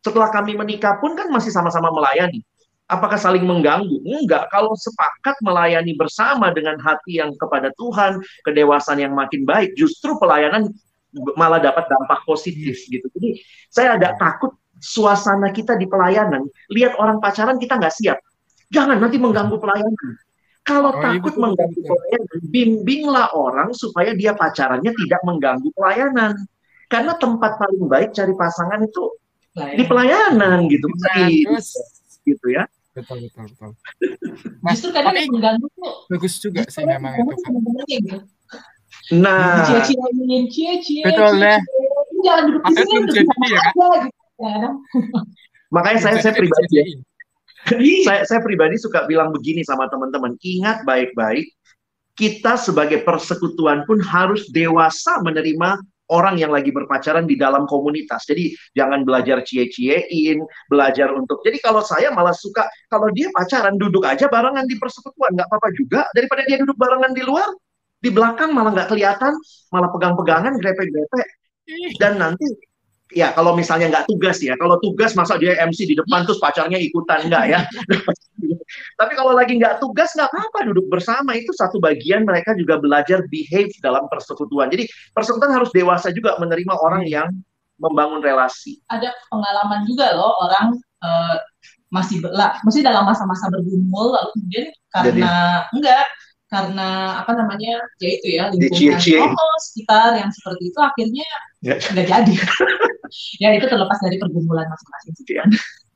Setelah kami menikah pun kan masih sama-sama melayani. Apakah saling mengganggu? Enggak. Kalau sepakat melayani bersama dengan hati yang kepada Tuhan, kedewasaan yang makin baik, justru pelayanan malah dapat dampak positif gitu. Jadi saya agak takut suasana kita di pelayanan, lihat orang pacaran kita nggak siap. Jangan nanti mengganggu pelayanan. Kalau Oh, iya, takut betul, mengganggu betul. pelayanan, bimbinglah orang supaya dia pacarannya tidak mengganggu pelayanan. Karena tempat paling baik cari pasangan itu di pelayanan gitu. Nah, Di- terus gitu ya. betul betul betul. Nah, Justru kadang tapi yang mengganggu tuh bagus juga sih justru memang itu, Kak. temen-temennya gitu. Nah, Cie-ciein, cie-cie, Betul, cie-cie. deh. Jangan duduk di Padahal sini, belum duduk jadi di sana ya, Kak. aja gitu. Kadang. makanya saya Jadi saya nggak pribadi ya, dijadiin. saya saya pribadi suka bilang begini sama teman-teman, ingat baik-baik, kita sebagai persekutuan pun harus dewasa menerima orang yang lagi berpacaran di dalam komunitas. Jadi jangan belajar cie-ciein, belajar untuk. Jadi kalau saya malah suka kalau dia pacaran duduk aja barengan di persekutuan, nggak apa-apa juga daripada dia duduk barengan di luar, di belakang malah nggak kelihatan, malah pegang-pegangan, grepe-grepe. Ih, Dan nanti ya kalau misalnya nggak tugas ya, kalau tugas masa dia M C di depan terus pacarnya ikutan, nggak ya. Tapi kalau lagi nggak tugas nggak apa-apa duduk bersama, itu satu bagian mereka juga belajar behave dalam persekutuan. Jadi persekutuan harus dewasa juga menerima orang Hmm. yang membangun relasi. Ada pengalaman juga loh orang eh, masih lah, masih dalam masa-masa bergumul lalu kemudian karena enggak karena apa namanya ya itu ya lingkungan Dicie-ciein. oh, sekitar yang seperti itu akhirnya Nggak. nggak jadi. Ya itu terlepas dari pergumulan masing-masing sih. Iya.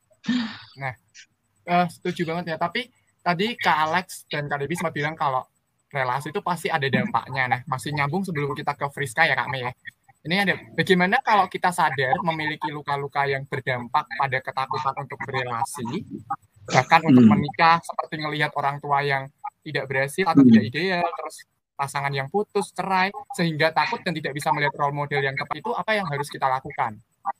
Eh, setuju banget ya. Tapi tadi Kak Alex dan Kak Debbie sempat bilang kalau relasi itu pasti ada dampaknya. Nah, masih nyambung sebelum kita ke Friska ya Kak Mei ya. Ini ada bagaimana kalau kita sadar memiliki luka-luka yang berdampak pada ketakutan untuk berelasi, bahkan untuk Hmm. menikah, seperti ngelihat orang tua yang tidak berhasil atau Hmm. tidak ideal, terus pasangan yang putus, cerai, sehingga takut dan tidak bisa melihat role model yang tepat, itu apa yang harus kita lakukan?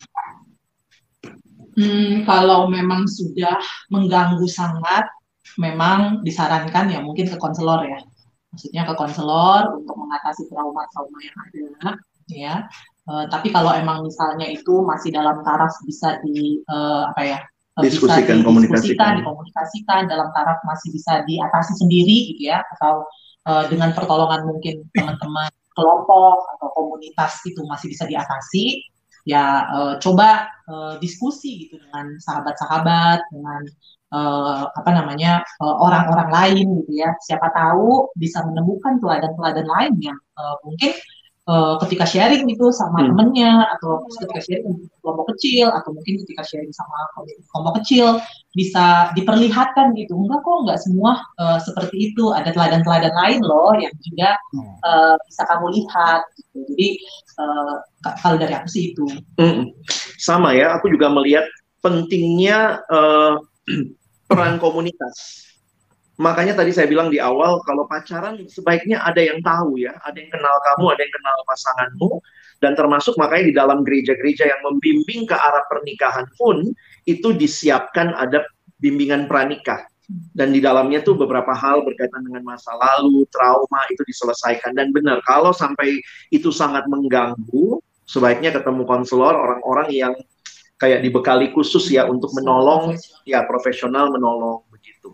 Hmm, kalau memang sudah mengganggu sangat, memang disarankan ya mungkin ke konselor ya. Maksudnya ke konselor untuk mengatasi trauma-trauma yang ada, ya. Eh, tapi kalau emang misalnya itu masih dalam taraf bisa di eh, apa ya? eh, Diskusikan, bisa komunikasikan. didiskusikan, dikomunikasikan dalam taraf masih bisa diatasi sendiri gitu ya, atau eh, dengan pertolongan mungkin teman-teman kelompok atau komunitas itu masih bisa diatasi. Ya eh, coba eh, diskusi gitu dengan sahabat-sahabat, dengan eh, apa namanya eh, orang-orang lain gitu ya. Siapa tahu bisa menemukan teladan-teladan lain yang eh, mungkin eh, ketika sharing gitu sama Hmm. temennya, atau ketika sharing di kelompok kecil, atau mungkin ketika sharing sama kelompok kecil bisa diperlihatkan gitu. Enggak kok, enggak semua eh, seperti itu. Ada teladan-teladan lain loh yang juga eh, bisa kamu lihat. Gitu. Jadi eh, kalau dari aku sih itu. Mm-mm. Sama ya, aku juga melihat pentingnya eh, peran komunitas. Makanya tadi saya bilang di awal, kalau pacaran sebaiknya ada yang tahu ya, ada yang kenal kamu, ada yang kenal pasanganmu, dan termasuk makanya di dalam gereja-gereja yang membimbing ke arah pernikahan pun, itu disiapkan ada bimbingan pranikah. Dan di dalamnya tuh beberapa hal berkaitan dengan masa lalu, trauma, itu diselesaikan. Dan benar, kalau sampai itu sangat mengganggu, sebaiknya ketemu konselor, orang-orang yang kayak dibekali khusus ya untuk menolong, ya profesional menolong begitu.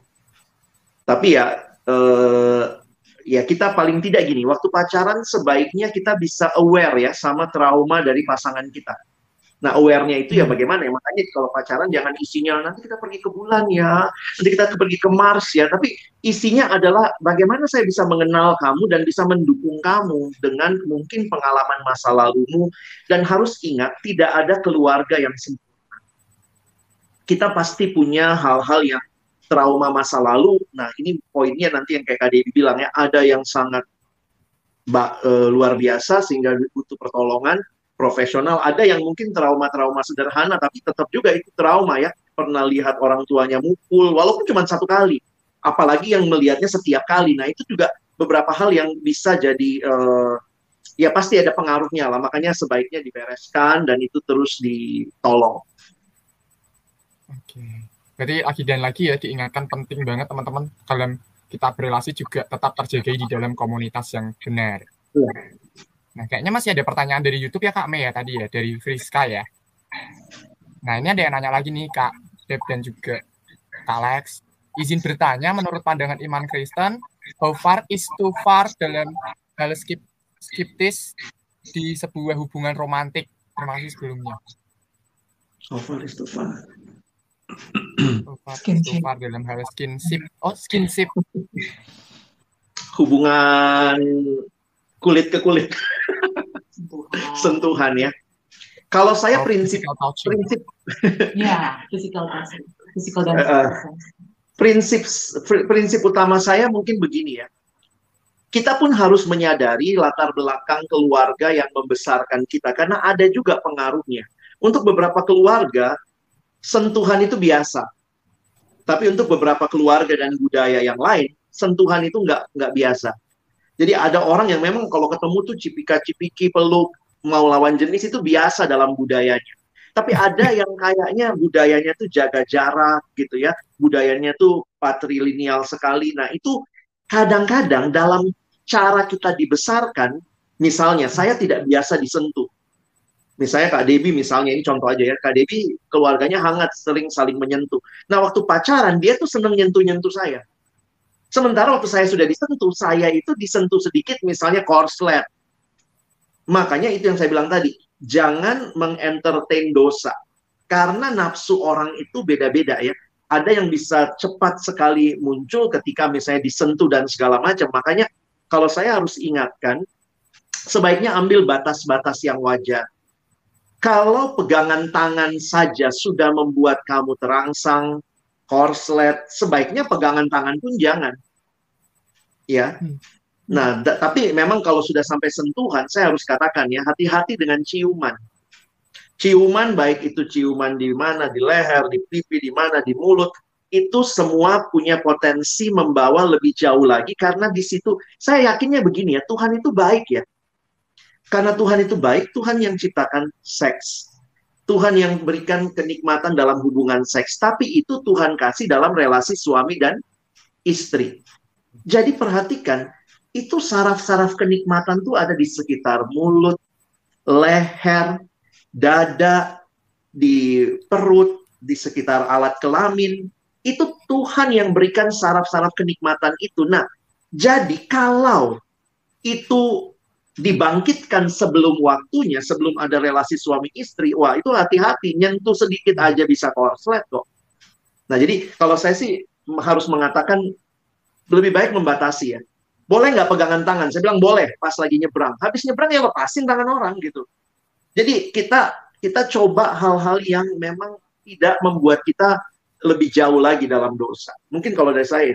Tapi ya, eh, ya kita paling tidak gini, waktu pacaran sebaiknya kita bisa aware ya sama trauma dari pasangan kita. Nah, aware-nya itu ya bagaimana ya, makanya kalau pacaran jangan isinya nanti kita pergi ke bulan ya, nanti kita pergi ke Mars ya, tapi isinya adalah bagaimana saya bisa mengenal kamu dan bisa mendukung kamu dengan mungkin pengalaman masa lalumu, dan harus ingat tidak ada keluarga yang sempurna. Kita pasti punya hal-hal yang trauma masa lalu. Nah, ini poinnya nanti yang kayak Kak Debbie bilang ya, ada yang sangat ba- e, luar biasa sehingga butuh pertolongan profesional, ada yang mungkin trauma-trauma sederhana tapi tetap juga itu trauma ya, pernah lihat orang tuanya mukul walaupun cuma satu kali, apalagi yang melihatnya setiap kali. Nah, itu juga beberapa hal yang bisa jadi e, ya pasti ada pengaruhnya lah, makanya sebaiknya dibereskan dan itu terus ditolong. Oke. Berarti lagi dan lagi ya diingatkan, penting banget teman-teman kalian kita berelasi juga tetap terjaga di dalam komunitas yang benar. Iya. Nah, kayaknya masih ada pertanyaan dari YouTube ya Kak Mei ya tadi ya, dari Friska ya. Nah, ini ada yang nanya lagi nih, Kak Deb dan juga Kak Alex. Izin bertanya, menurut pandangan iman Kristen, how far is too far dalam hal skip, skeptis di sebuah hubungan romantik? Terima kasih sebelumnya. So far is too far. How far is too far dalam hal skinship. Oh, skinship. Hubungan kulit ke kulit. Sentuhan. Sentuhan ya. Kalau saya Oh, prinsip physical touching. prinsip Ya, physical touching. Physical dan Eh, eh. prinsip prinsip utama saya mungkin begini ya. Kita pun harus menyadari latar belakang keluarga yang membesarkan kita karena ada juga pengaruhnya. Untuk beberapa keluarga sentuhan itu biasa. Tapi untuk beberapa keluarga dan budaya yang lain, sentuhan itu nggak nggak biasa. Jadi ada orang yang memang kalau ketemu tuh cipika-cipiki, peluk, mau lawan jenis itu biasa dalam budayanya. Tapi ada yang kayaknya budayanya tuh jaga jarak gitu ya. Budayanya tuh patrilineal sekali. Nah itu kadang-kadang dalam cara kita dibesarkan, misalnya saya tidak biasa disentuh. Misalnya Kak Debbie misalnya, ini contoh aja ya. Kak Debbie keluarganya hangat, sering saling menyentuh. Nah waktu pacaran dia tuh seneng nyentuh-nyentuh saya. Sementara waktu saya sudah disentuh, saya itu disentuh sedikit misalnya korslet. Makanya itu yang saya bilang tadi, jangan mengentertain dosa. Karena nafsu orang itu beda-beda ya. Ada yang bisa cepat sekali muncul ketika misalnya disentuh dan segala macam. Makanya kalau saya harus ingatkan, sebaiknya ambil batas-batas yang wajar. Kalau pegangan tangan saja sudah membuat kamu terangsang, korslet, sebaiknya pegangan tangan pun jangan. Ya. Nah, tapi memang kalau sudah sampai sentuhan, saya harus katakan ya, hati-hati dengan ciuman. Ciuman, baik itu ciuman di mana, di leher, di pipi, di mana, di mulut, itu semua punya potensi membawa lebih jauh lagi, karena di situ, saya yakinnya begini ya, Tuhan itu baik ya. Karena Tuhan itu baik, Tuhan yang ciptakan seks. Tuhan yang berikan kenikmatan dalam hubungan seks, tapi itu Tuhan kasih dalam relasi suami dan istri. Jadi perhatikan, itu saraf-saraf kenikmatan tuh ada di sekitar mulut, leher, dada, di perut, di sekitar alat kelamin. Itu Tuhan yang berikan saraf-saraf kenikmatan itu. Nah, jadi kalau itu dibangkitkan sebelum waktunya, sebelum ada relasi suami istri, wah itu hati-hati, nyentuh sedikit aja bisa korslet kok. Nah, jadi kalau saya sih harus mengatakan lebih baik membatasi ya. Boleh nggak pegangan tangan? Saya bilang boleh, pas lagi nyebrang. Habis nyebrang ya lepasin tangan orang gitu. Jadi kita kita coba hal-hal yang memang tidak membuat kita lebih jauh lagi dalam dosa. Mungkin kalau dari saya.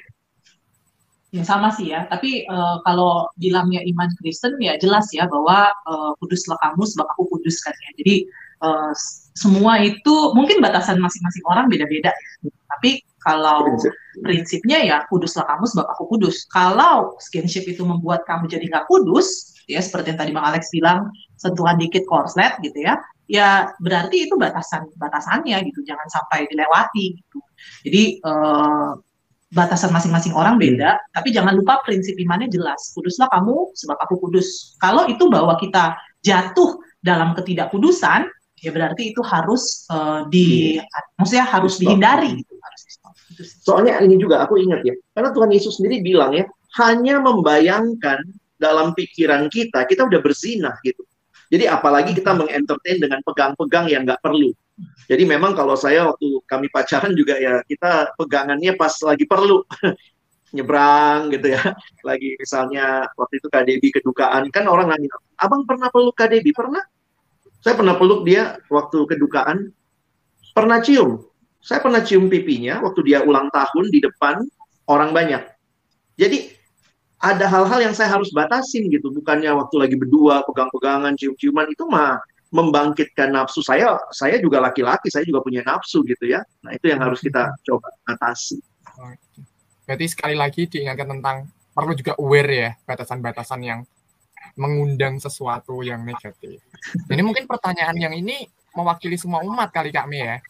Ya sama sih ya, tapi uh, kalau bilangnya iman Kristen ya jelas ya bahwa uh, kuduslah kamu sebab aku kudus kan ya. Jadi uh, semua itu mungkin batasan masing-masing orang beda-beda ya. Tapi kalau prinsipnya ya kuduslah kamu sebab aku kudus. Kalau skinship itu membuat kamu jadi nggak kudus, ya seperti yang tadi Bang Alex bilang, sentuhan dikit korslet gitu ya, ya berarti itu batasan batasannya gitu, jangan sampai dilewati gitu. Jadi eh, batasan masing-masing orang beda, hmm. tapi jangan lupa prinsip imannya jelas. Kuduslah kamu sebab aku kudus. Kalau itu bahwa kita jatuh dalam ketidakkudusan, ya berarti itu harus uh, di, hmm. maksudnya harus stop. Dihindari gitu. Soalnya ini juga aku ingat ya, karena Tuhan Yesus sendiri bilang ya, hanya membayangkan dalam pikiran kita, kita udah berzina gitu. Jadi apalagi kita mengentertain dengan pegang-pegang yang nggak perlu. Jadi memang kalau saya waktu kami pacaran juga ya, kita pegangannya pas lagi perlu. Nyebrang gitu ya. Lagi misalnya waktu itu Kak Debbie kedukaan, kan orang nanya, abang pernah peluk Kak Debbie? Pernah. Saya pernah peluk dia waktu kedukaan. Pernah cium. Saya pernah cium pipinya waktu dia ulang tahun di depan orang banyak. Jadi ada hal-hal yang saya harus batasin gitu. Bukannya waktu lagi berdua, pegang-pegangan, cium-ciuman, itu mah membangkitkan nafsu. Saya saya juga laki-laki, saya juga punya nafsu gitu ya. Nah itu yang harus kita coba atasi. Berarti sekali lagi diingatkan tentang perlu juga aware ya, batasan-batasan yang mengundang sesuatu yang negatif. Ini mungkin pertanyaan yang ini mewakili semua umat kali Kak Mi ya.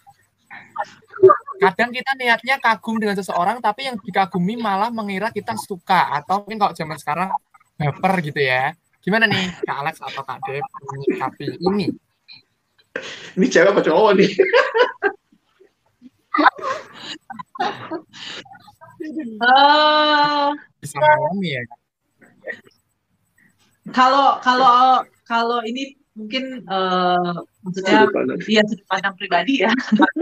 Kadang kita niatnya kagum dengan seseorang, tapi yang dikagumi malah mengira kita suka. Atau mungkin kalau zaman sekarang baper gitu ya. Gimana nih Kak Alex atau Kak Deb menyikapi ini? Ini cewek apa cowok nih? Eh, Bisa mengalami ya. kalau kalau kalau ini mungkin eh, maksudnya Sudut pandang. iya sudut pandang pribadi ya.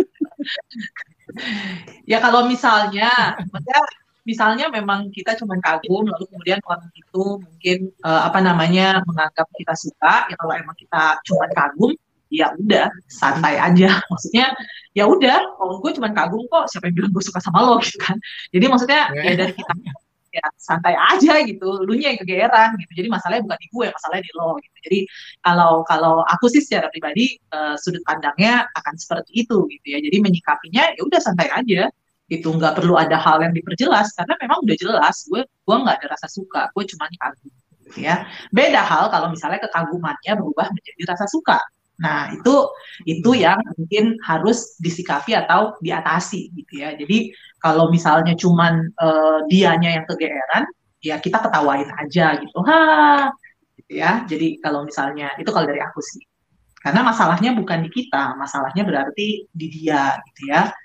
Ya kalau misalnya, maksudnya misalnya memang kita cuma kagum, lalu kemudian orang itu mungkin eh, apa namanya menganggap kita suka, ya kalau emang kita cuma kagum, ya udah santai aja. Maksudnya ya udah, kalau gue cuma kagum kok, siapa yang bilang gue suka sama lo gitu kan? Jadi maksudnya ya dari kita ya santai aja gitu, lu nya yang kegeeran gitu. Jadi masalahnya bukan di gue, masalahnya di lo gitu. Jadi kalau kalau aku sih secara pribadi eh, sudut pandangnya akan seperti itu gitu ya. Jadi menyikapinya ya udah santai aja gitu, nggak perlu ada hal yang diperjelas karena memang udah jelas gue gue nggak ada rasa suka, gue cuma kagum gitu ya. Beda hal kalau misalnya kekagumannya berubah menjadi rasa suka. Nah, itu itu yang mungkin harus disikapi atau diatasi gitu ya. Jadi kalau misalnya cuman eh, dianya yang kegeeran, ya kita ketawain aja gitu. Ha, gitu ya. Jadi kalau misalnya itu kalau dari aku sih. Karena masalahnya bukan di kita, masalahnya berarti di dia gitu ya.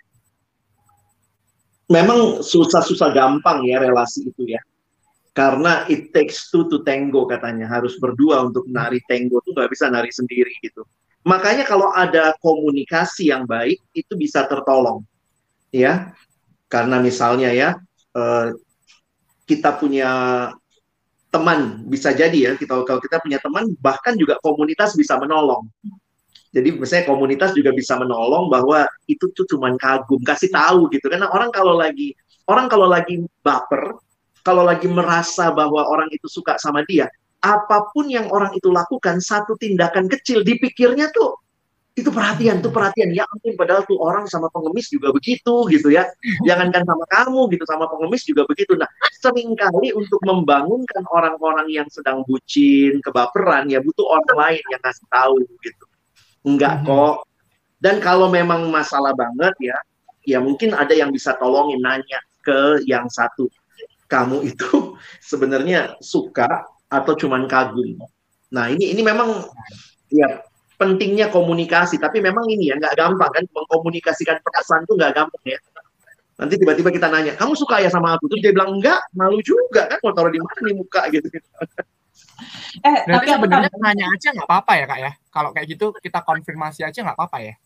Memang susah-susah gampang ya relasi itu ya. Karena it takes two to tango katanya. Harus berdua untuk nari tango tuh nggak bisa nari sendiri gitu. Makanya kalau ada komunikasi yang baik itu bisa tertolong, ya. Karena misalnya ya eh, kita punya teman, bisa jadi ya kita kalau kita punya teman bahkan juga komunitas bisa menolong. Jadi misalnya komunitas juga bisa menolong bahwa itu tuh cuman kagum, kasih tahu gitu. Karena orang kalau lagi orang kalau lagi baper, kalau lagi merasa bahwa orang itu suka sama dia, apapun yang orang itu lakukan, satu tindakan kecil dipikirnya tuh itu perhatian, tuh perhatian. Ya ampun, padahal tuh orang sama pengemis juga begitu gitu ya. Jangankan sama kamu gitu, sama pengemis juga begitu. Nah, seringkali untuk membangunkan orang-orang yang sedang bucin, kebaperan, ya butuh orang lain yang kasih tahu gitu. Enggak kok. Dan kalau memang masalah banget ya, ya mungkin ada yang bisa tolongin, nanya ke yang satu. Kamu itu sebenarnya suka atau cuman kagum. Nah, ini ini memang ya pentingnya komunikasi, tapi memang ini ya nggak gampang kan, mengkomunikasikan perasaan tuh nggak gampang ya. Nanti tiba-tiba kita nanya, kamu suka ya sama aku? Terus dia bilang enggak, malu juga kan, mau taruh di mana nih muka gitu. Eh, Berarti tapi aku sebenarnya tambahin. nanya aja nggak apa-apa ya kak ya. Kalau kayak gitu kita konfirmasi aja nggak apa-apa ya.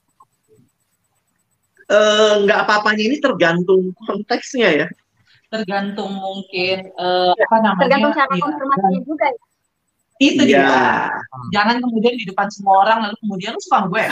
Eh, nggak apa-apanya ini tergantung konteksnya ya. Tergantung mungkin eh, apa namanya Tergantung cara ya, konfirmasinya juga ya. itu Iya. dia. Jangan kemudian di depan semua orang lalu kemudian lu suka sama gue.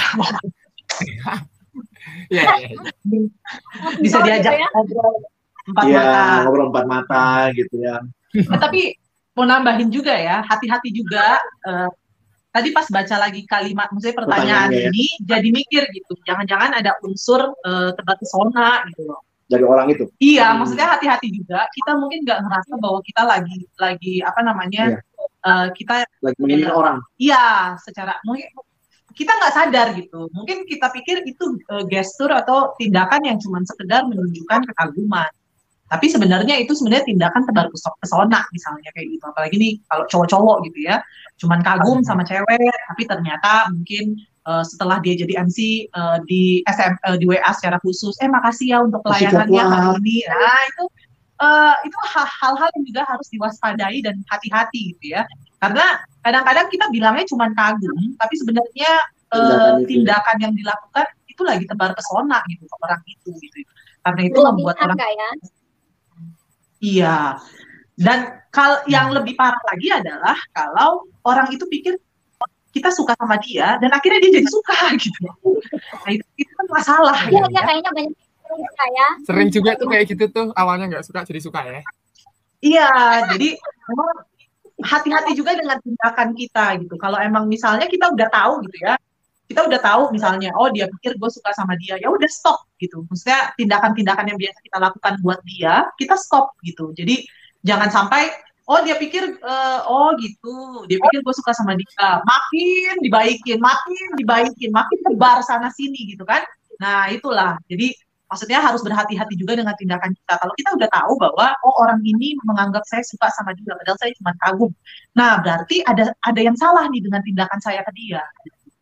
Iya, iya, iya. Bisa Oh, diajak gitu ya. ngobrol empat Iya, mata. ngobrol empat mata gitu ya. Eh, tapi mau nambahin juga ya, hati-hati juga. eh, tadi pas baca lagi kalimat, maksudnya pertanyaan Pertanyaannya ya. ini, jadi mikir gitu. Jangan-jangan ada unsur eh, tebak pesona gitu loh. Dari orang itu. Iya, Hmm. maksudnya hati-hati juga. Kita mungkin nggak ngerasa bahwa kita lagi lagi apa namanya, Iya. eh, kita Lagi menilai orang. iya secara mungkin kita nggak sadar gitu. Mungkin kita pikir itu eh, gestur atau tindakan yang cuma sekedar menunjukkan kekaguman. Tapi sebenarnya itu sebenarnya tindakan tebar pesona misalnya kayak gitu. Apalagi nih kalau cowok-cowok gitu ya, cuman kagum sama cewek, tapi ternyata mungkin uh, setelah dia jadi M C uh, di S M uh, di W A secara khusus, eh makasih ya untuk pelayanannya hari ini. Nah itu uh, itu hal-hal yang juga harus diwaspadai dan hati-hati gitu ya. Karena kadang-kadang kita bilangnya cuman kagum, tapi sebenarnya uh, Tindakan itu. tindakan yang dilakukan itu lagi tebar pesona gitu ke orang itu gitu. Karena itu membuat orang ya. Iya, dan kal yang lebih parah lagi adalah kalau orang itu pikir kita suka sama dia dan akhirnya dia jadi suka gitu. Nah itu, itu kan masalah. Iya, gitu iya ya. kayaknya banyak suka ya. Sering juga tuh kayak gitu tuh, awalnya nggak suka jadi suka ya. Iya, jadi memang hati-hati juga dengan tindakan kita gitu. Kalau emang misalnya kita udah tahu gitu ya, kita udah tahu misalnya, oh dia pikir gue suka sama dia, ya udah stop gitu. Maksudnya tindakan-tindakan yang biasa kita lakukan buat dia, kita stop gitu. Jadi jangan sampai, oh dia pikir, uh, oh gitu, dia pikir gue suka sama dia, makin dibaikin, makin dibaikin, makin tebar sana sini gitu kan. Nah itulah, jadi maksudnya harus berhati-hati juga dengan tindakan kita. Kalau kita udah tahu bahwa, oh orang ini menganggap saya suka sama dia, padahal saya cuma kagum. Nah berarti ada ada yang salah nih dengan tindakan saya ke dia.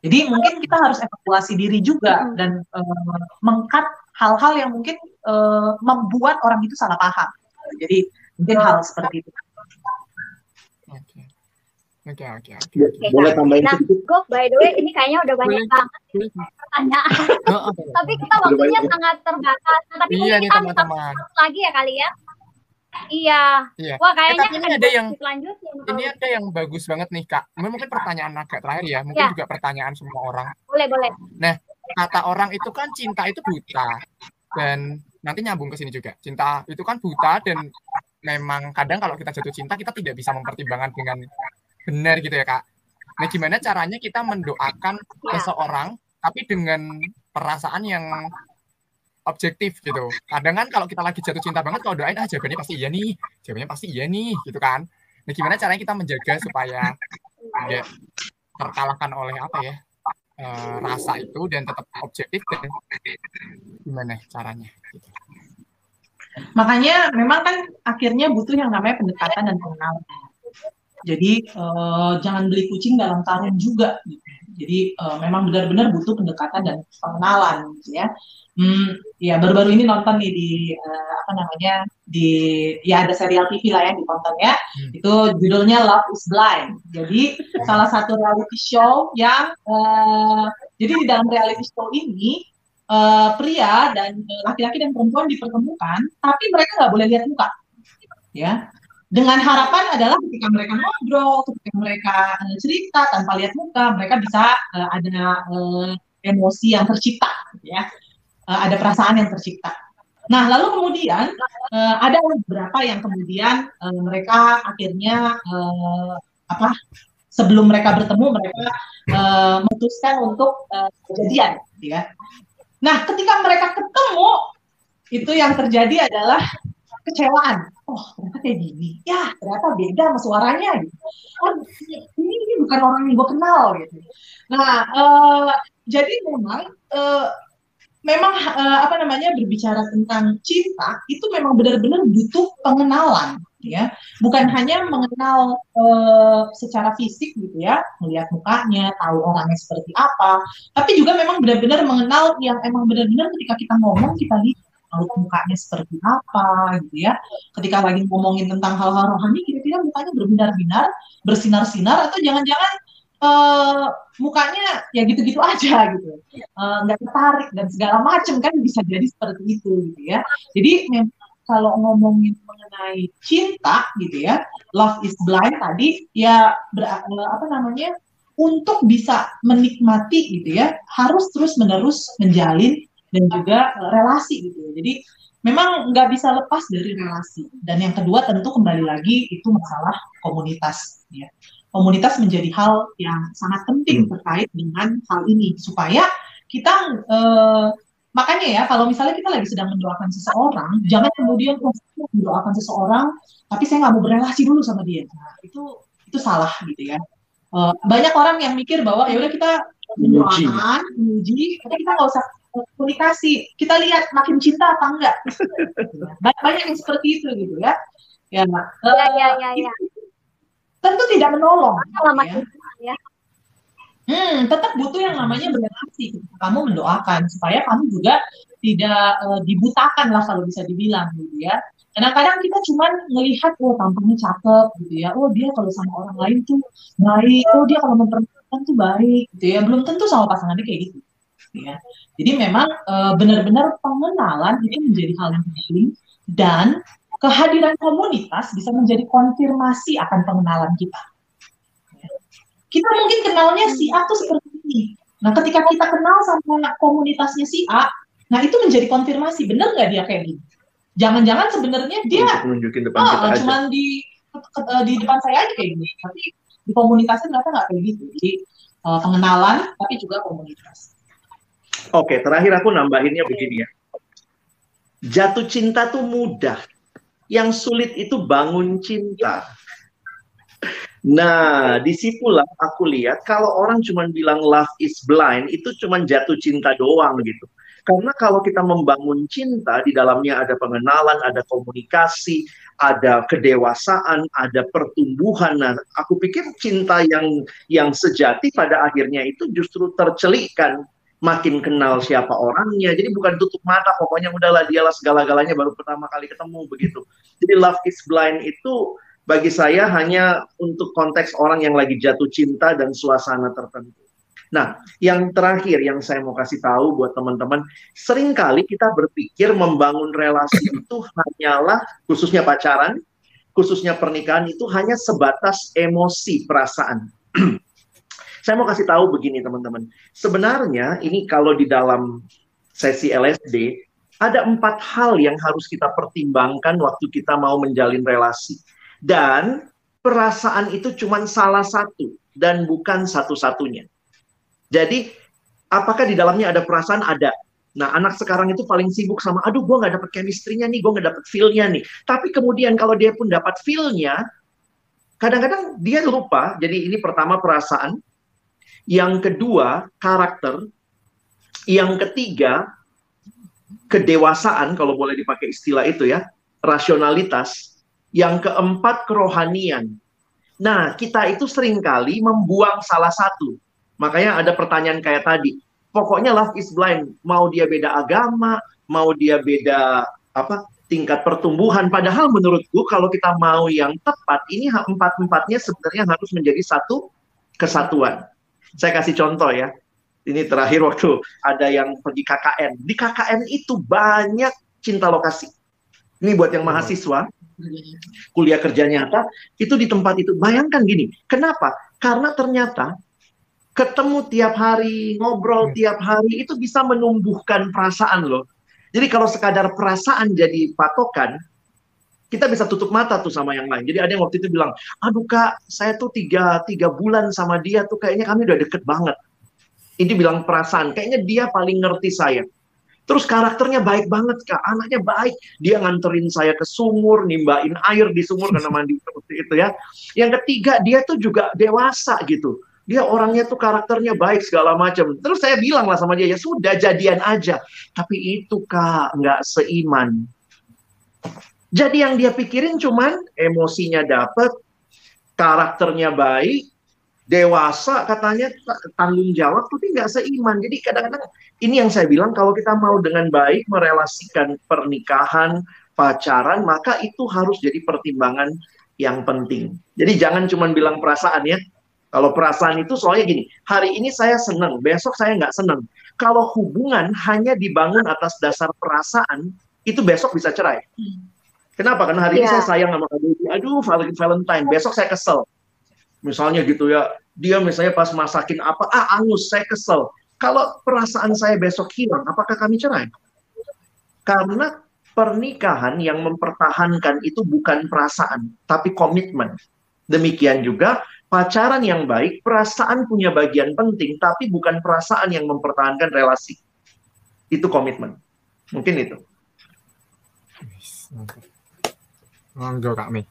Jadi mungkin kita harus evaluasi diri juga dan uh, meng-cut hal-hal yang mungkin uh, membuat orang itu salah paham. Jadi mungkin hal seperti itu. Oke. Oke, oke, oke. Oke, Boleh nah, tambahin nah, sedikit? Go, by the way, ini kayaknya udah banyak Boleh. banget Boleh. pertanyaan. Oh, oke. Tapi kita waktunya sangat terbatas. Nah, tapi Iya mungkin nih kita minta teman-teman. lagi ya kali ya. Iya. Iya. Wah, Eh, kayaknya tapi ini ada yang selanjutnya. ini ada yang bagus banget nih Kak. Mungkin pertanyaan agak terakhir ya. Mungkin Ya. juga pertanyaan semua orang. Boleh, boleh. Nah, kata orang itu kan cinta itu buta. Dan nanti nyambung ke sini juga. Cinta itu kan buta dan memang kadang kalau kita jatuh cinta kita tidak bisa mempertimbangkan dengan benar gitu ya Kak. Nah, gimana caranya kita mendoakan Ya. seseorang tapi dengan perasaan yang objektif gitu. Kadang kan kalau kita lagi jatuh cinta banget kalau doain ah jawabannya pasti iya nih, jawabannya pasti iya nih gitu kan. Nah, gimana caranya kita menjaga supaya nggak terkalahkan oleh apa ya eh, rasa itu dan tetap objektif dan gimana caranya? Gitu. Makanya memang kan akhirnya butuh yang namanya pendekatan dan pengenalan. Jadi eh, jangan beli kucing dalam karung juga. Gitu. Jadi eh, memang benar-benar butuh pendekatan dan pengenalan, gitu ya. Hmm, ya baru-baru ini nonton nih di eh, apa namanya di ya ada serial T V lah yang ditonton ya. Hmm. Itu judulnya Love is Blind. Jadi salah satu reality show yang eh, jadi di dalam reality show ini eh, pria dan eh, laki-laki dan perempuan dipertemukan, tapi mereka nggak boleh lihat muka, ya. Dengan harapan adalah ketika mereka ngobrol, ketika mereka eh, cerita tanpa lihat muka, mereka bisa eh, ada eh, emosi yang tercipta, gitu ya. Uh, ada perasaan yang tercipta. Nah, lalu kemudian uh, ada beberapa yang kemudian uh, mereka akhirnya uh, apa? Sebelum mereka bertemu, mereka uh, memutuskan untuk uh, kejadian, ya. Nah, ketika mereka ketemu, itu yang terjadi adalah kecewaan. Oh, ternyata kayak gini. Ya, ternyata beda sama suaranya. Gitu. Oh, ini, ini bukan orang yang gue kenal, gitu. Nah, uh, jadi memang uh, memang uh, apa namanya berbicara tentang cinta itu memang benar-benar butuh pengenalan, ya. Bukan hanya mengenal uh, secara fisik gitu ya, melihat mukanya, tahu orangnya seperti apa, tapi juga memang benar-benar mengenal yang emang benar-benar ketika kita ngomong kita lihat tahu mukanya seperti apa gitu ya. Ketika lagi ngomongin tentang hal-hal rohani kira-kira mukanya berbinar-binar, bersinar-sinar atau jangan-jangan Uh, mukanya ya gitu-gitu aja gitu, nggak uh, tertarik dan segala macam kan bisa jadi seperti itu gitu ya. Jadi memang kalau ngomongin mengenai cinta gitu ya, love is blind tadi ya ber, apa namanya untuk bisa menikmati gitu ya harus terus-menerus menjalin dan juga uh, relasi gitu. Jadi memang nggak bisa lepas dari relasi. Dan yang kedua tentu kembali lagi itu masalah komunitas ya. Komunitas menjadi hal yang sangat penting terkait dengan hal ini supaya kita eh, makanya ya kalau misalnya kita lagi sedang mendoakan seseorang jangan kemudian oh, mendoakan seseorang tapi saya nggak mau berelasi dulu sama dia. Nah, itu itu salah gitu ya. Eh, banyak orang yang mikir bahwa ya udah kita mendoakan, menguji, tapi kita nggak usah komunikasi. Kita lihat makin cinta apa enggak. Banyak yang seperti itu gitu ya. Ya, ya, uh, ya, ya, ya. Tentu tidak menolong. Ya. Ya. Hmm, tetap butuh yang namanya berelasi. Kamu mendoakan supaya kamu juga tidak uh, dibutakan lah kalau bisa dibilang gitu ya. Kadang-kadang kita cuma melihat oh tampangnya cakep gitu ya. Oh dia kalau sama orang lain tuh baik. Oh dia kalau memperhatikan tuh baik gitu ya. Belum tentu sama pasangannya kayak gitu. Ya. Jadi memang uh, benar-benar pengenalan itu menjadi hal yang penting dan kehadiran komunitas bisa menjadi konfirmasi akan pengenalan kita. Kita mungkin kenalnya si A tuh seperti ini. Nah, ketika kita kenal sama komunitasnya si A, nah itu menjadi konfirmasi, benar nggak dia kayak gini? Jangan-jangan sebenarnya dia depan oh, kita cuma aja. di di depan saya aja kayak gini, tapi di komunitasnya ternyata nggak kayak gitu. Jadi uh, pengenalan, tapi juga komunitas. Oke, terakhir aku nambahinnya begini ya. Jatuh cinta tuh mudah. Yang sulit itu bangun cinta. Nah, disitulah aku lihat kalau orang cuma bilang love is blind, itu cuma jatuh cinta doang gitu. Karena kalau kita membangun cinta, di dalamnya ada pengenalan, ada komunikasi, ada kedewasaan, ada pertumbuhan. Nah, aku pikir cinta yang yang sejati pada akhirnya itu justru tercelikkan, makin kenal siapa orangnya. Jadi bukan tutup mata, pokoknya udahlah dialah segala-galanya baru pertama kali ketemu begitu. Jadi love is blind itu bagi saya hanya untuk konteks orang yang lagi jatuh cinta dan suasana tertentu. Nah, yang terakhir yang saya mau kasih tahu buat teman-teman, seringkali kita berpikir membangun relasi itu hanyalah, khususnya pacaran, khususnya pernikahan itu hanya sebatas emosi, perasaan. Saya mau kasih tahu begini teman-teman, sebenarnya ini kalau di dalam sesi L S D, ada empat hal yang harus kita pertimbangkan waktu kita mau menjalin relasi. Dan perasaan itu cuma salah satu dan bukan satu-satunya. Jadi, apakah di dalamnya ada perasaan? Ada. Nah, anak sekarang itu paling sibuk sama, aduh, gue nggak dapet chemistry-nya nih, gue nggak dapet feel-nya nih. Tapi kemudian kalau dia pun dapat feel-nya, kadang-kadang dia lupa. Jadi ini pertama perasaan, yang kedua karakter, yang ketiga kedewasaan, kalau boleh dipakai istilah itu ya, rasionalitas, yang keempat kerohanian. Nah, kita itu seringkali membuang salah satu. Makanya ada pertanyaan kayak tadi. Pokoknya love is blind. Mau dia beda agama, mau dia beda apa tingkat pertumbuhan. Padahal menurutku kalau kita mau yang tepat, ini empat-empatnya sebenarnya harus menjadi satu kesatuan. Saya kasih contoh ya. Ini terakhir waktu ada yang pergi K K N. Di K K N itu banyak cinta lokasi. Ini buat yang mahasiswa, kuliah kerja nyata, itu di tempat itu. Bayangkan gini, kenapa? Karena ternyata ketemu tiap hari, ngobrol tiap hari, itu bisa menumbuhkan perasaan loh. Jadi kalau sekadar perasaan jadi patokan, kita bisa tutup mata tuh sama yang lain. Jadi ada yang waktu itu bilang, aduh kak, saya tuh tiga, tiga bulan sama dia tuh kayaknya kami udah deket banget. Ini bilang perasaan, kayaknya dia paling ngerti saya. Terus karakternya baik banget kak, anaknya baik. Dia nganterin saya ke sumur, nimbain air di sumur karena mandi seperti itu ya. Yang ketiga, dia tuh juga dewasa gitu. Dia orangnya tuh karakternya baik segala macam. Terus saya bilang lah sama dia, ya sudah jadian aja. Tapi itu kak, nggak seiman. Jadi yang dia pikirin cuman emosinya dapet, karakternya baik, dewasa katanya tanggung jawab, tapi nggak seiman. Jadi kadang-kadang ini yang saya bilang, kalau kita mau dengan baik merelasikan pernikahan, pacaran, maka itu harus jadi pertimbangan yang penting. Jadi jangan cuma bilang perasaan ya. Kalau perasaan itu soalnya gini, hari ini saya senang, besok saya nggak senang. Kalau hubungan hanya dibangun atas dasar perasaan, itu besok bisa cerai. Kenapa? Karena hari yeah. ini saya sayang sama kamu, aduh Valentine, besok saya kesel. Misalnya gitu ya, dia misalnya pas masakin apa, ah angus, saya kesel. Kalau perasaan saya besok hilang, apakah kami cerai? Karena pernikahan yang mempertahankan itu bukan perasaan, tapi komitmen. Demikian juga pacaran yang baik, perasaan punya bagian penting, tapi bukan perasaan yang mempertahankan relasi. Itu komitmen. Mungkin itu. Monggo Kak Mi.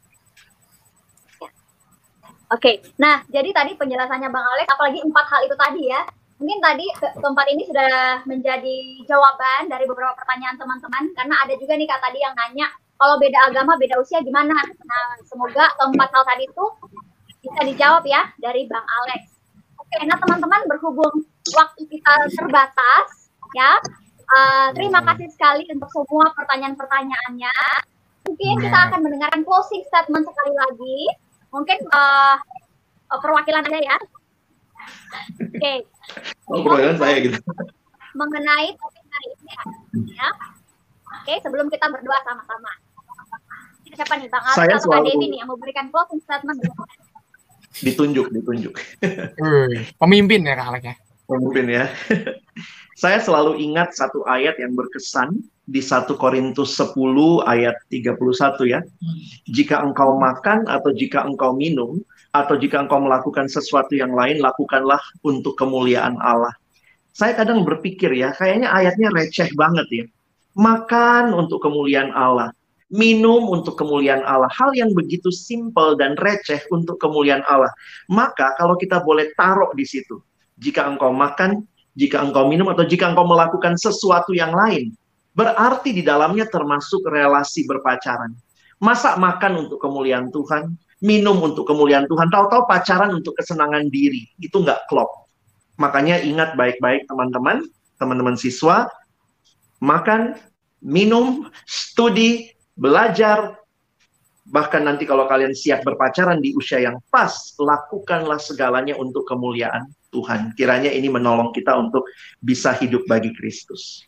Oke, nah jadi tadi penjelasannya Bang Alex, apalagi empat hal itu tadi ya. Mungkin tadi ke keempat ini sudah menjadi jawaban dari beberapa pertanyaan teman-teman, karena ada juga nih Kak tadi yang nanya, kalau beda agama, beda usia gimana? Nah, semoga keempat hal tadi itu bisa dijawab ya dari Bang Alex. Oke, nah teman-teman, berhubung waktu kita terbatas, ya, uh, terima kasih sekali untuk semua pertanyaan-pertanyaannya. Mungkin kita akan mendengarkan closing statement sekali lagi. Mungkin uh, perwakilan Anda ya. Oke. Okay. Oh, perwakilan saya gitu. Mengenai topik hari ini ya. Oke, okay, sebelum kita berdoa sama-sama. Siapa nih, Bang Alex atau selalu... Kak Devi nih yang memberikan closing statement? Ditunjuk, ditunjuk. Pemimpin ya Kak Alex ya. Pemimpin ya. Saya selalu ingat satu ayat yang berkesan di satu Korintus sepuluh ayat tiga puluh satu ya. Jika engkau makan atau jika engkau minum atau jika engkau melakukan sesuatu yang lain, lakukanlah untuk kemuliaan Allah. Saya kadang berpikir ya, kayaknya ayatnya receh banget ya. Makan untuk kemuliaan Allah, minum untuk kemuliaan Allah. Hal yang begitu simpel dan receh untuk kemuliaan Allah. Maka kalau kita boleh taruh di situ, jika engkau makan, jika engkau minum, atau jika engkau melakukan sesuatu yang lain, berarti di dalamnya termasuk relasi berpacaran. Masa makan untuk kemuliaan Tuhan, minum untuk kemuliaan Tuhan, tahu-tahu pacaran untuk kesenangan diri, itu nggak klop. Makanya ingat baik-baik teman-teman, teman-teman siswa, makan, minum, studi, belajar, bahkan nanti kalau kalian siap berpacaran di usia yang pas, lakukanlah segalanya untuk kemuliaan Tuhan. Kiranya ini menolong kita untuk bisa hidup bagi Kristus.